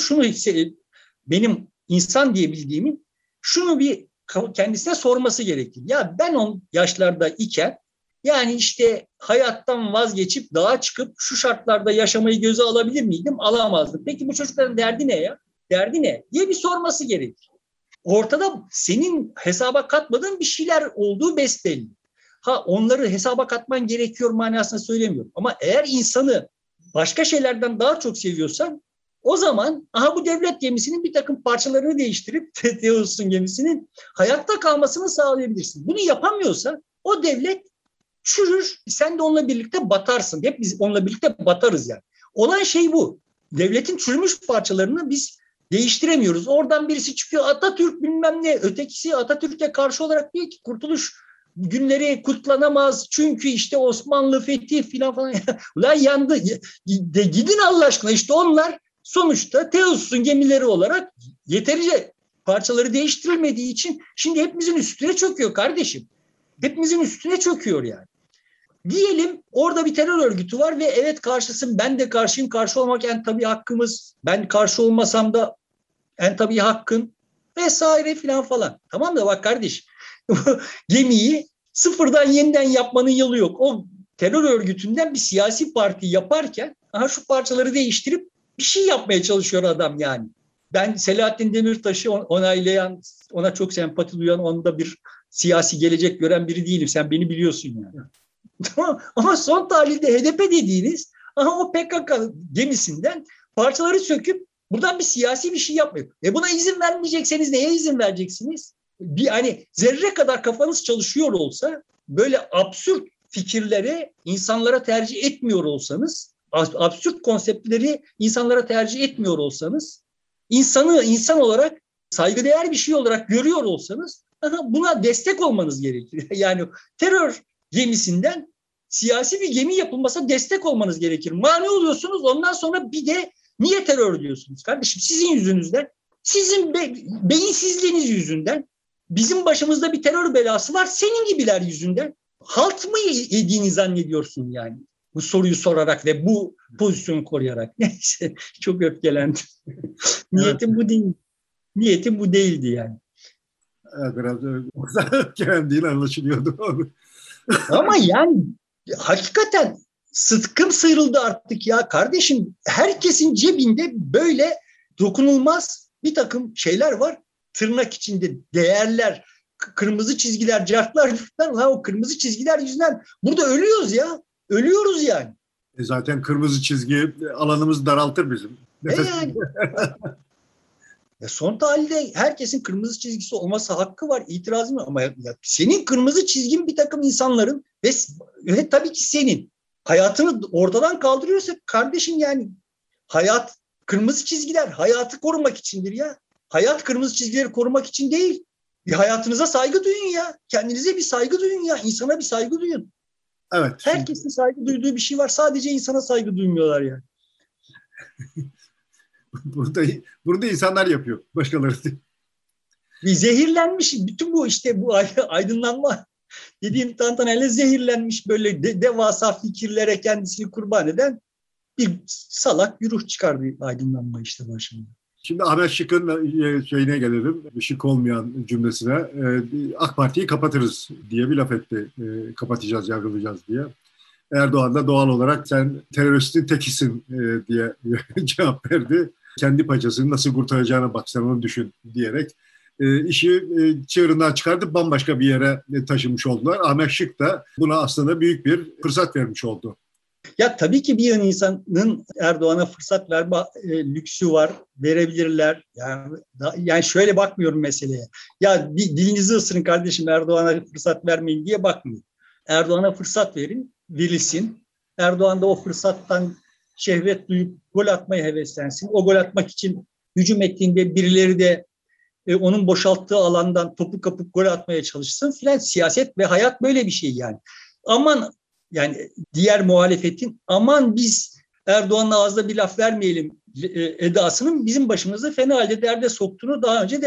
benim insan diye bildiğimin şunu bir kendisine sorması gerekir. Ya ben o yaşlarda iken, yani işte hayattan vazgeçip dağa çıkıp şu şartlarda yaşamayı göze alabilir miydim? Alamazdım. Peki bu çocukların derdi ne ya? Derdi ne diye bir sorması gerekir. Ortada senin hesaba katmadığın bir şeyler olduğu besbelli. Onları hesaba katman gerekiyor manasında söylemiyorum. Ama eğer insanı başka şeylerden daha çok seviyorsan, o zaman bu devlet gemisinin bir takım parçalarını değiştirip Theosos'un gemisinin hayatta kalmasını sağlayabilirsin. Bunu yapamıyorsan o devlet çürür, sen de onunla birlikte batarsın. Hep biz onunla birlikte batarız yani. Olan şey bu. Devletin çürümüş parçalarını biz değiştiremiyoruz. Oradan birisi çıkıyor, Atatürk bilmem ne, ötekisi Atatürk'e karşı olarak diyor ki kurtuluş günleri kutlanamaz çünkü işte Osmanlı fethi falan. Ulan yandı. Gidin Allah aşkına, işte onlar sonuçta Theosos'un gemileri olarak yeterince parçaları değiştirilmediği için şimdi hepimizin üstüne çöküyor kardeşim. Hepimizin üstüne çöküyor yani. Diyelim orada bir terör örgütü var ve evet karşısın, ben de karşıyım, karşı olmak en tabii hakkımız, ben karşı olmasam da en tabii hakkın vesaire falan. Tamam da bak kardeş, gemiyi sıfırdan yeniden yapmanın yolu yok. O terör örgütünden bir siyasi parti yaparken şu parçaları değiştirip bir şey yapmaya çalışıyor adam yani. Ben Selahattin Demirtaş'ı onaylayan, ona çok sempati duyan, onda bir siyasi gelecek gören biri değilim. Sen beni biliyorsun yani. Ama son tahlilde HDP dediğiniz o PKK gemisinden parçaları söküp buradan bir siyasi bir şey yapmıyor. Buna izin vermeyecekseniz neye izin vereceksiniz? Hani zerre kadar kafanız çalışıyor olsa, böyle absürt fikirleri insanlara tercih etmiyor olsanız, absürt konseptleri insanlara tercih etmiyor olsanız, insanı insan olarak saygıdeğer bir şey olarak görüyor olsanız buna destek olmanız gerekir. Yani terör gemisinden siyasi bir gemi yapılmasına destek olmanız gerekir. Mani oluyorsunuz, ondan sonra bir de niye terör diyorsunuz kardeşim? Sizin yüzünüzden, sizin beyinsizliğiniz yüzünden bizim başımızda bir terör belası var, senin gibiler yüzünden. Halt mı yediğini zannediyorsun yani? Bu soruyu sorarak ve bu pozisyonu koruyarak. Neyse, çok öfkelendim. Niyetim bu değil. Niyetim bu değildi yani. Evet, biraz öfkelendiğin anlaşılıyordu. Ama yani hakikaten sıtkım sıyrıldı artık ya kardeşim. Herkesin cebinde böyle dokunulmaz bir takım şeyler var. Tırnak içinde değerler, kırmızı çizgiler, cartlar. O kırmızı çizgiler yüzünden burada ölüyoruz ya. Ölüyoruz yani. Zaten kırmızı çizgi alanımızı daraltır bizim. Yani. Son tahlilde herkesin kırmızı çizgisi olması hakkı var, itirazım yok. Ama senin kırmızı çizgin bir takım insanların ve tabii ki senin hayatını ortadan kaldırıyorsa kardeşim, yani hayat, kırmızı çizgiler hayatı korumak içindir ya. Hayat kırmızı çizgileri korumak için değil. Bir hayatınıza saygı duyun ya. Kendinize bir saygı duyun ya. İnsana bir saygı duyun. Evet. Herkesin saygı duyduğu bir şey var. Sadece insana saygı duymuyorlar yani. Burada insanlar yapıyor. Başkaları değil. Bir zehirlenmiş. Bütün bu işte bu aydınlanma dediğim tantanayla zehirlenmiş, böyle devasa fikirlere kendisini kurban eden bir salak bir ruh çıkardı aydınlanma işte başında. Şimdi Ahmet Şık'ın şeyine gelelim, şık olmayan cümlesine. AK Parti'yi kapatırız diye bir laf etti. Kapatacağız, yargılayacağız diye. Erdoğan da doğal olarak sen teröristin tekisin diye cevap verdi. Kendi paçasını nasıl kurtaracağına bak, sen onu düşün diyerek işi çığırından çıkartıp bambaşka bir yere taşımış oldular. Ahmet Şık da buna aslında büyük bir fırsat vermiş oldu. Ya tabii ki bir insanın Erdoğan'a fırsat verme lüksü var, verebilirler. Yani şöyle bakmıyorum meseleye. Ya dilinizi ısırın kardeşim, Erdoğan'a fırsat vermeyin diye bakmıyorum. Erdoğan'a fırsat verin, verilsin. Erdoğan da o fırsattan şehvet duyup gol atmaya heveslensin. O gol atmak için hücum ettiğinde birileri de onun boşalttığı alandan topu kapıp gol atmaya çalışsın filan. Siyaset ve hayat böyle bir şey yani. Aman, yani diğer muhalefetin aman biz Erdoğan'ın ağzına bir laf vermeyelim edasının bizim başımızı fena halde derde soktuğunu daha önce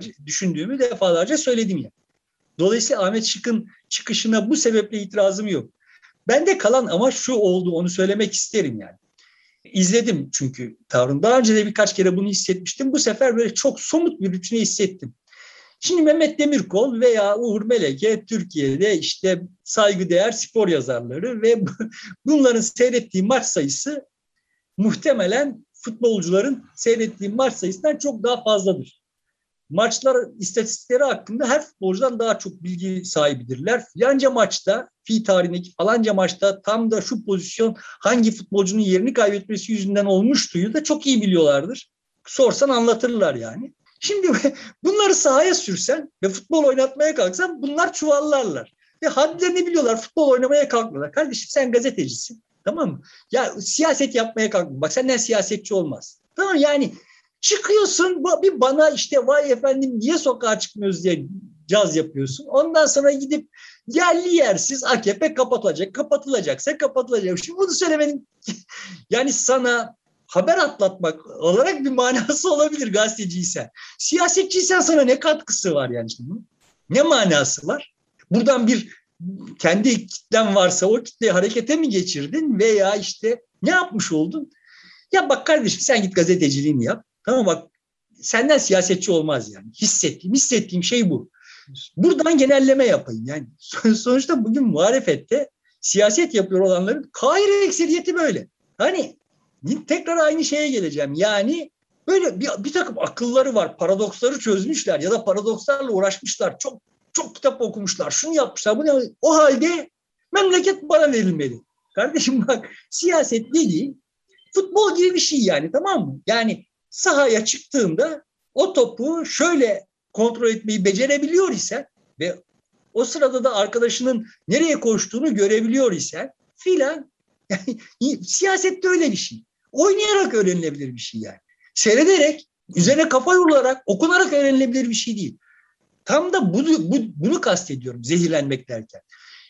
defalarca söyledim ya. Dolayısıyla Ahmet Şık'ın çıkışına bu sebeple itirazım yok. Bende kalan ama şu oldu, onu söylemek isterim yani. İzledim çünkü tavrını. Daha önce de birkaç kere bunu hissetmiştim. Bu sefer böyle çok somut bir biçimde hissettim. Şimdi Mehmet Demirkol veya Uğur Meleke Türkiye'de işte saygıdeğer spor yazarları ve bunların seyrettiği maç sayısı muhtemelen futbolcuların seyrettiği maç sayısından çok daha fazladır. Maçlar istatistikleri hakkında her futbolcudan daha çok bilgi sahibidirler. Filanca maçta, fi tarihindeki falanca maçta tam da şu pozisyon hangi futbolcunun yerini kaybetmesi yüzünden olmuştuyu da çok iyi biliyorlardır. Sorsan anlatırlar yani. Şimdi bunları sahaya sürsen ve futbol oynatmaya kalksan bunlar çuvallarlar. Ve hadlerini biliyorlar, futbol oynamaya kalkmıyorlar. Kardeşim sen gazetecisin, tamam mı? Ya siyaset yapmaya kalkma. Bak senden siyasetçi olmaz. Tamam yani çıkıyorsun bir bana işte vay efendim niye sokağa çıkmıyoruz diye caz yapıyorsun. Ondan sonra gidip yerli yersiz AKP kapatılacaksa kapatılacak. Şimdi bunu söylemenin yani sana haber atlatmak olarak bir manası olabilir gazeteciysen. Siyasetçiysen sana ne katkısı var yani şimdi? Ne manası var? Buradan bir kendi kitlen varsa o kitleyi harekete mi geçirdin veya işte ne yapmış oldun? Ya bak kardeşim sen git gazeteciliğini yap. Tamam bak senden siyasetçi olmaz yani. Hissettiğim şey bu. Buradan genelleme yapayım. Yani sonuçta bugün muhalefette siyaset yapıyor olanların kahire ekseriyeti böyle. Hani tekrar aynı şeye geleceğim. Yani böyle bir takım akılları var. Paradoksları çözmüşler ya da paradokslarla uğraşmışlar. Çok çok kitap okumuşlar. Şunu yapmışlar. Bunu o halde memleket bana verilmeli. Kardeşim bak siyaset dediği futbol gibi bir şey yani, tamam mı? Yani sahaya çıktığında o topu şöyle kontrol etmeyi becerebiliyor isen ve o sırada da arkadaşının nereye koştuğunu görebiliyor isen filan, yani siyasette öyle bir şey. Oynayarak öğrenilebilir bir şey yani. Seyrederek, üzerine kafa yorularak, okunarak öğrenilebilir bir şey değil. Tam da bunu kastediyorum zehirlenmek derken.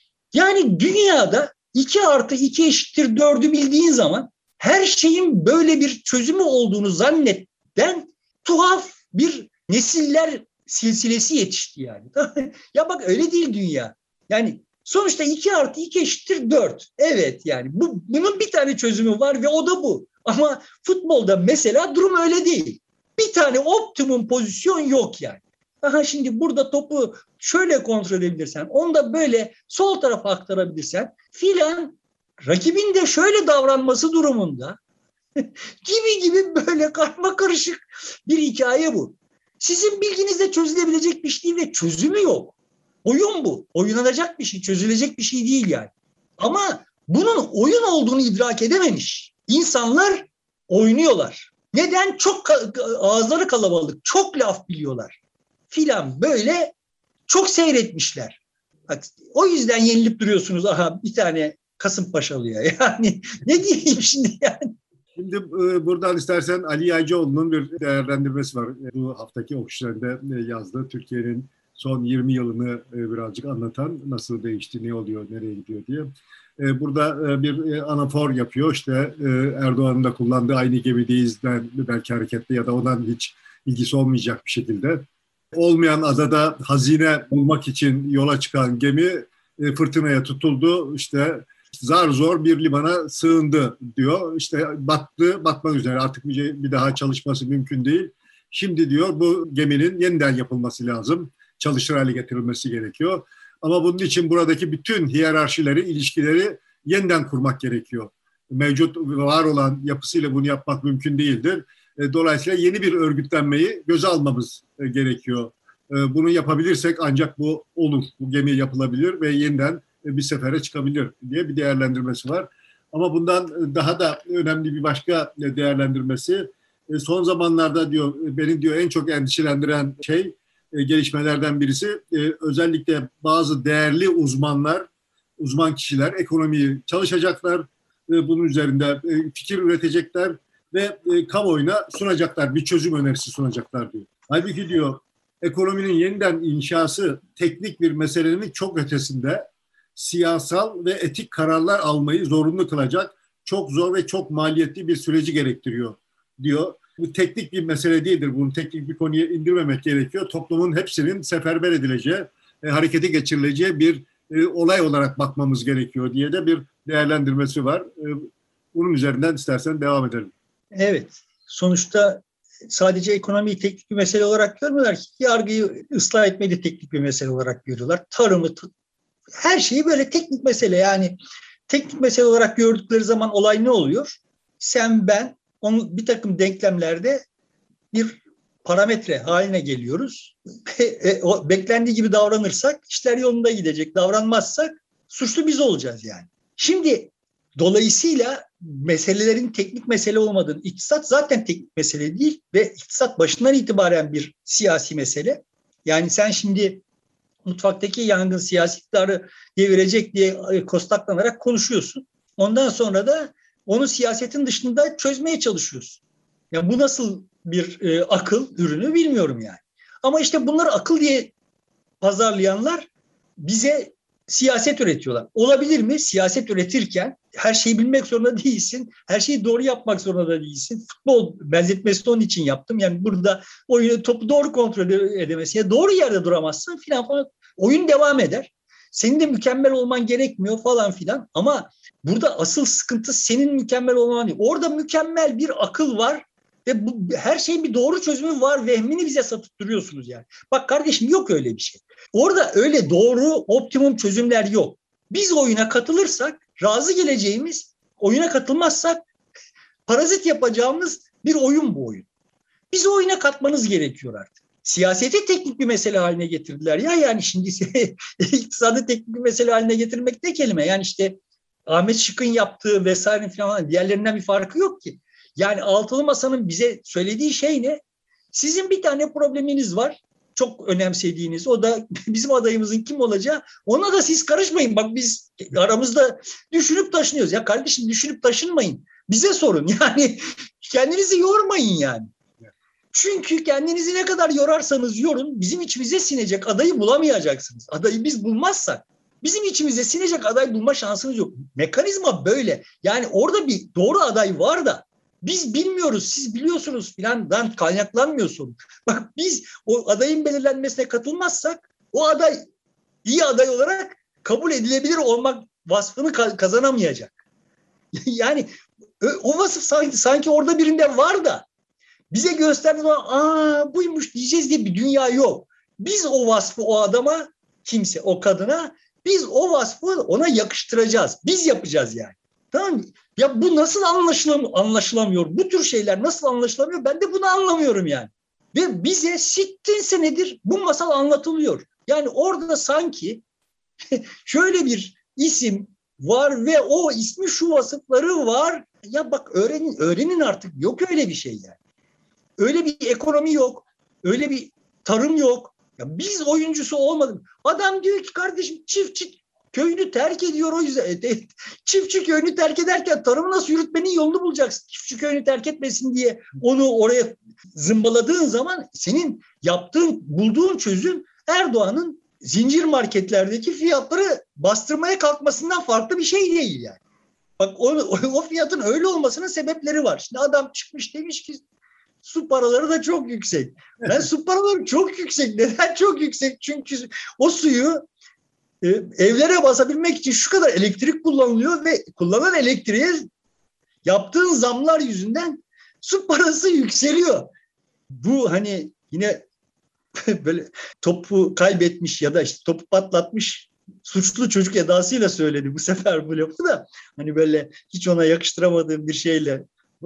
Yani dünyada 2+2 = 4'ü bildiğin zaman her şeyin böyle bir çözümü olduğunu zannetten tuhaf bir nesiller silsilesi yetişti yani. Ya bak öyle değil dünya. Yani sonuçta 2+2 = 4. Evet yani bunun bir tane çözümü var ve o da bu. Ama futbolda mesela durum öyle değil. Bir tane optimum pozisyon yok yani. Aha şimdi burada topu şöyle kontrol edebilirsen, onu da böyle sol tarafa aktarabilirsen filan, rakibin de şöyle davranması durumunda gibi böyle karma karışık bir hikaye bu. Sizin bilginizle çözülebilecek bir şey değil ve çözümü yok. Oyun bu. Oynanacak bir şey, çözülecek bir şey değil yani. Ama bunun oyun olduğunu idrak edememiş İnsanlar oynuyorlar. Neden? Çok ağızları kalabalık, çok laf biliyorlar filan, böyle çok seyretmişler. Bak, o yüzden yenilip duruyorsunuz. Aha bir tane Kasımpaşalı'ya. Yani ne diyeyim şimdi yani. Şimdi buradan istersen Ali Yaycıoğlu'nun bir değerlendirmesi var. Bu haftaki Okşiler'de yazdığı Türkiye'nin son 20 yılını birazcık anlatan, nasıl değişti, ne oluyor, nereye gidiyor diye. Burada bir anafor yapıyor. İşte Erdoğan'ın da kullandığı aynı gemideyizden belki hareketli ya da ondan hiç ilgisi olmayacak bir şekilde. Olmayan adada hazine bulmak için yola çıkan gemi fırtınaya tutuldu. İşte zar zor bir limana sığındı diyor. İşte batmak üzere, artık bir daha çalışması mümkün değil. Şimdi diyor bu geminin yeniden yapılması lazım. Çalışır hale getirilmesi gerekiyor. Ama bunun için buradaki bütün hiyerarşileri, ilişkileri yeniden kurmak gerekiyor. Mevcut var olan yapısıyla bunu yapmak mümkün değildir. Dolayısıyla yeni bir örgütlenmeyi göze almamız gerekiyor. Bunu yapabilirsek ancak bu olur. Bu gemi yapılabilir ve yeniden bir sefere çıkabilir diye bir değerlendirmesi var. Ama bundan daha da önemli bir başka değerlendirmesi, son zamanlarda diyor, beni diyor en çok endişelendiren şey, gelişmelerden birisi, özellikle bazı değerli uzman kişiler ekonomiyi çalışacaklar, bunun üzerinde fikir üretecekler ve kamuoyuna sunacaklar, bir çözüm önerisi sunacaklar diyor. Halbuki diyor, ekonominin yeniden inşası teknik bir meselenin çok ötesinde, siyasal ve etik kararlar almayı zorunlu kılacak çok zor ve çok maliyetli bir süreci gerektiriyor diyor. Bu teknik bir mesele değildir. Bunu teknik bir konuya indirmemek gerekiyor. Toplumun hepsinin seferber edileceği, harekete geçirileceği bir olay olarak bakmamız gerekiyor diye de bir değerlendirmesi var. Bunun üzerinden istersen devam edelim. Evet. Sonuçta sadece ekonomiyi teknik bir mesele olarak görmüyorlar ki. Yargıyı ıslah etmeyi de teknik bir mesele olarak görüyorlar. Tarımı, her şeyi böyle teknik mesele. Yani teknik mesele olarak gördükleri zaman olay ne oluyor? Sen, ben, onu bir takım denklemlerde bir parametre haline geliyoruz. O beklendiği gibi davranırsak işler yolunda gidecek. Davranmazsak suçlu biz olacağız yani. Şimdi dolayısıyla meselelerin teknik mesele olmadığını, iktisat zaten teknik mesele değil ve iktisat başından itibaren bir siyasi mesele. Yani sen şimdi mutfaktaki yangın siyasi iktidarı devirecek diye kostaklanarak konuşuyorsun. Ondan sonra da onu siyasetin dışında çözmeye çalışıyorsun. Yani bu nasıl bir akıl ürünü bilmiyorum yani. Ama işte bunları akıl diye pazarlayanlar bize siyaset üretiyorlar. Olabilir mi? Siyaset üretirken her şeyi bilmek zorunda değilsin. Her şeyi doğru yapmak zorunda da değilsin. Futbol benzetmesini onun için yaptım. Yani burada oyunu, topu doğru kontrol edemezsin. Ya doğru yerde duramazsın filan falan. Oyun devam eder. Senin de mükemmel olman gerekmiyor falan filan. Ama burada asıl sıkıntı senin mükemmel olman değil. Orada mükemmel bir akıl var. Ve her şeyin bir doğru çözümü var. Vehmini bize satıp duruyorsunuz yani. Bak kardeşim, yok öyle bir şey. Orada öyle doğru optimum çözümler yok. Biz oyuna katılırsak razı geleceğimiz, oyuna katılmazsak parazit yapacağımız bir oyun bu oyun. Bizi oyuna katmanız gerekiyor artık. Siyaseti teknik bir mesele haline getirdiler. Yani şimdi iktisadı teknik bir mesele haline getirmek ne kelime? Yani işte Ahmet Şık'ın yaptığı vesaire falan, diğerlerinden bir farkı yok ki. Yani Altılı Masa'nın bize söylediği şey ne? Sizin bir tane probleminiz var. Çok önemsediğiniz. O da bizim adayımızın kim olacağı. Ona da siz karışmayın. Bak biz aramızda düşünüp taşınıyoruz. Ya kardeşim, düşünüp taşınmayın. Bize sorun. Yani kendinizi yormayın yani. Çünkü kendinizi ne kadar yorarsanız yorun, bizim içimize sinecek adayı bulamayacaksınız. Adayı biz bulmazsak bizim içimize sinecek aday bulma şansınız yok. Mekanizma böyle. Yani orada bir doğru aday var da biz bilmiyoruz, siz biliyorsunuz filandan kaynaklanmıyor sorun. Bak biz o adayın belirlenmesine katılmazsak o aday iyi aday olarak kabul edilebilir olmak vasfını kazanamayacak. Yani o vasıf sanki orada birinde var da bize gösterdiği zaman buymuş diyeceğiz diye bir dünya yok. Biz o vasfı o adama, kimse o kadına, biz o vasfı ona yakıştıracağız. Biz yapacağız yani. Tamam mı? Ya bu nasıl anlaşılamıyor? Bu tür şeyler nasıl anlaşılamıyor? Ben de bunu anlamıyorum yani. Ve bize sittin senedir bu masal anlatılıyor. Yani orada sanki şöyle bir isim var ve o ismi şu vasıfları var. Ya bak öğrenin artık. Yok öyle bir şey yani. Öyle bir ekonomi yok. Öyle bir tarım yok. Ya biz oyuncusu olmadık. Adam diyor ki kardeşim çiftçi köyünü terk ediyor o yüzden. Çiftçi köyünü terk ederken tarımı nasıl yürütmenin yolunu bulacaksın. Çiftçi köyünü terk etmesin diye onu oraya zımbaladığın zaman senin bulduğun çözüm Erdoğan'ın zincir marketlerdeki fiyatları bastırmaya kalkmasından farklı bir şey değil yani. Bak o fiyatın öyle olmasının sebepleri var. Şimdi adam çıkmış demiş ki su paraları da çok yüksek. Su paraları çok yüksek. Neden çok yüksek? Çünkü o suyu evlere basabilmek için şu kadar elektrik kullanılıyor ve kullanılan elektriğe yaptığın zamlar yüzünden su parası yükseliyor. Bu hani yine böyle topu kaybetmiş ya da işte topu patlatmış suçlu çocuk edasıyla söyledi bu sefer bu lafı da. Hani böyle hiç ona yakıştıramadığım bir şeyle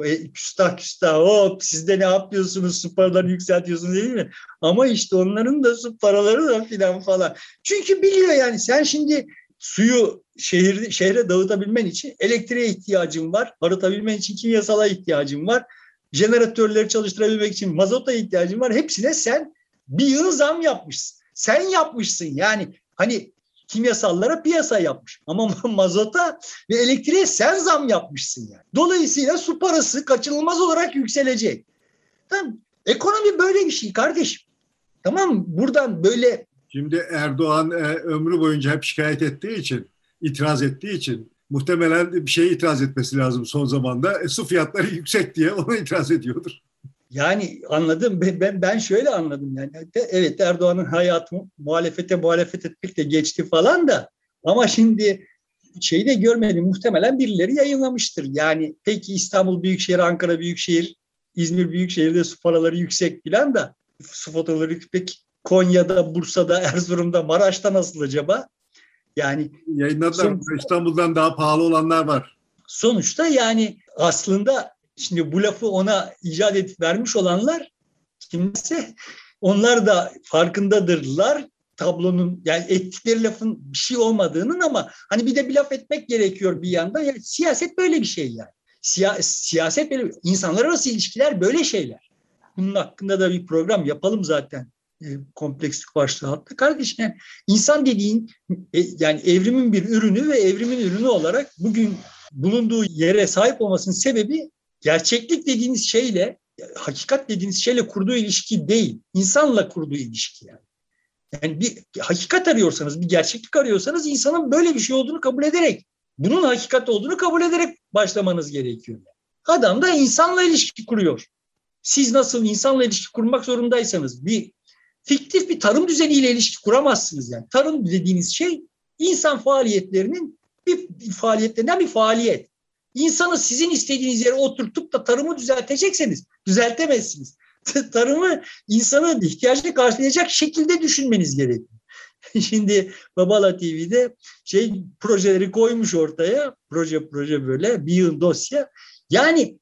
küstah hop siz de ne yapıyorsunuz, su paralarını yükseltiyorsunuz değil mi? Ama işte onların da su paraları da filan falan. Çünkü biliyor yani sen şimdi suyu şehre dağıtabilmen için elektriğe ihtiyacın var. Arıtabilmen için kimyasala ihtiyacın var. Jeneratörleri çalıştırabilmek için mazota ihtiyacın var. Hepsine sen bir yıl zam yapmışsın. Sen yapmışsın yani. Hani kimyasallara piyasa yapmış. Ama mazota ve elektriğe sen zam yapmışsın yani. Dolayısıyla su parası kaçınılmaz olarak yükselecek. Tamam. Ekonomi böyle bir şey kardeşim. Tamam mı? Buradan böyle... Şimdi Erdoğan ömrü boyunca hep şikayet ettiği için, itiraz ettiği için muhtemelen bir şeye itiraz etmesi lazım son zamanda. Su fiyatları yüksek diye ona itiraz ediyordur. Yani anladım. Ben şöyle anladım yani. Evet, Erdoğan'ın hayatı muhalefet etmekle geçti falan da, ama şimdi şeyi de görmedim. Muhtemelen birileri yayınlamıştır. Yani peki İstanbul Büyükşehir, Ankara Büyükşehir, İzmir Büyükşehir'de su paraları yüksek falan da su faturaları yüksek. Konya'da, Bursa'da, Erzurum'da, Maraş'ta nasıl acaba? Yani yayınladılar. İstanbul'dan daha pahalı olanlar var. Sonuçta yani aslında şimdi bu lafı ona icat edip vermiş olanlar kimse, onlar da farkındadırlar tablonun, yani ettikleri lafın bir şey olmadığının, ama hani bir de bir laf etmek gerekiyor bir yandan. Yani siyaset böyle bir şey yani. Siyaset böyle, insanlar arası ilişkiler böyle şeyler. Bunun hakkında da bir program yapalım zaten. Komplekslik başlığı altında. Kardeşim, yani insan dediğin yani evrimin bir ürünü ve evrimin ürünü olarak bugün bulunduğu yere sahip olmasının sebebi gerçeklik dediğiniz şeyle, hakikat dediğiniz şeyle kurduğu ilişki değil, insanla kurduğu ilişki yani. Yani bir hakikat arıyorsanız, bir gerçeklik arıyorsanız insanın böyle bir şey olduğunu kabul ederek, bunun hakikat olduğunu kabul ederek başlamanız gerekiyor. Adam da insanla ilişki kuruyor. Siz nasıl insanla ilişki kurmak zorundaysanız bir fiktif bir tarım düzeniyle ilişki kuramazsınız yani. Tarım dediğiniz şey insan faaliyetlerinin faaliyetlerinden bir faaliyet. İnsanı sizin istediğiniz yere oturtup da tarımı düzeltecekseniz düzeltemezsiniz. Tarımı insanın ihtiyacını karşılayacak şekilde düşünmeniz gerekiyor. Şimdi Babala TV'de projeleri koymuş ortaya. Proje böyle bir yığın dosya. Yani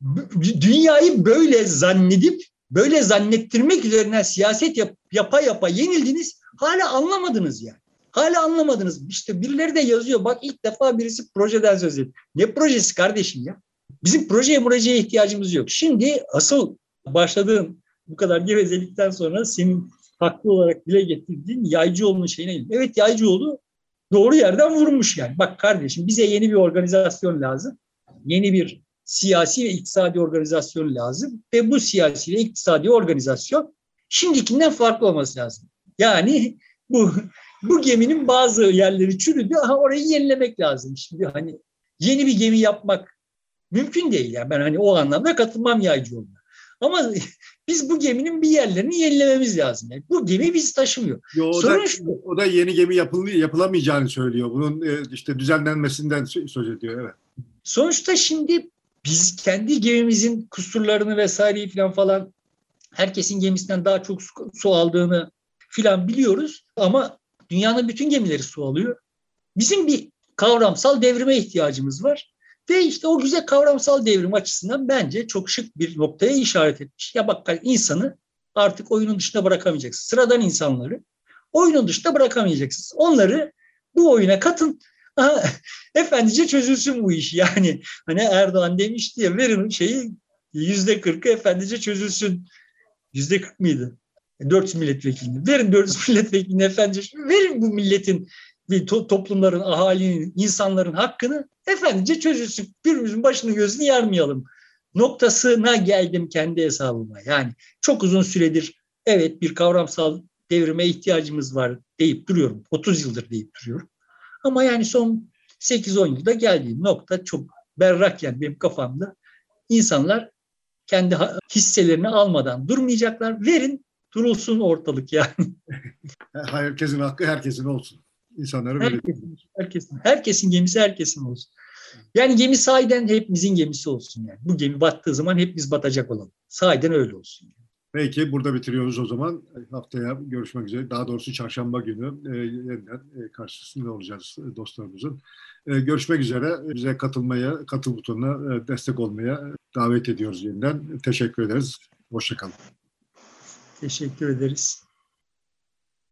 dünyayı böyle zannedip, böyle zannettirmek üzerinden siyaset yapa yenildiniz. Hala anlamadınız yani. Hala anlamadınız. İşte birileri de yazıyor. Bak, ilk defa birisi projeden söz ediyor. Ne projesi kardeşim ya? Bizim projeye ihtiyacımız yok. Şimdi asıl başladığın bu kadar gevezelikten sonra senin haklı olarak dile getirdiğin Yaycıoğlu'nun şeyine. Evet, Yaycıoğlu doğru yerden vurmuş yani. Bak kardeşim, bize yeni bir organizasyon lazım. Yeni bir siyasi ve iktisadi organizasyon lazım. Ve bu siyasi ve iktisadi organizasyon şimdikinden farklı olması lazım. Yani bu geminin bazı yerleri çürüdü. Orayı yenilemek lazım. Şimdi hani yeni bir gemi yapmak mümkün değil. Yani ben hani o anlamda katılmam Yaycıoğlu'na. Ama biz bu geminin bir yerlerini yenilememiz lazım. Yani bu gemi bizi taşımıyor. O da yeni gemi yapılamayacağını söylüyor. Bunun işte düzenlenmesinden söz ediyor. Evet. Sonuçta şimdi biz kendi gemimizin kusurlarını vesaireyi falan herkesin gemisinden daha çok su aldığını filan biliyoruz, ama dünyanın bütün gemileri su alıyor. Bizim bir kavramsal devrime ihtiyacımız var. Ve işte o güzel kavramsal devrim açısından bence çok şık bir noktaya işaret etmiş. Ya bak, insanı artık oyunun dışında bırakamayacaksınız. Sıradan insanları oyunun dışında bırakamayacaksınız. Onları bu oyuna katın. Efendice çözülsün bu iş. Yani hani Erdoğan demişti ya, verin %40'ı efendice çözülsün. %40 mıydı? 400 milletvekilini. Verin 400 milletvekilini efendice. Verin bu milletin, toplumların, ahalinin, insanların hakkını efendice çözülsün. Birbirimizin başını gözünü yarmayalım noktasına geldim kendi hesabıma. Yani çok uzun süredir evet bir kavramsal devrime ihtiyacımız var deyip duruyorum. 30 yıldır deyip duruyorum. Ama yani son 8-10 yılda geldiğim nokta çok berrak yani benim kafamda. İnsanlar kendi hisselerini almadan durmayacaklar. Verin, durulsun ortalık yani. Herkesin hakkı herkesin olsun. İnsanları böyle. Herkesin gemisi herkesin olsun. Yani gemi sahiden hepimizin gemisi olsun yani. Bu gemi battığı zaman hepimiz batacak olalım. Sahiden öyle olsun. Peki, burada bitiriyoruz o zaman. Haftaya görüşmek üzere. Daha doğrusu çarşamba günü yeniden karşısında olacağız dostlarımızın. Görüşmek üzere. Bize katıl butonuna destek olmaya davet ediyoruz yeniden. Teşekkür ederiz. Hoşça kalın. Teşekkür ederiz.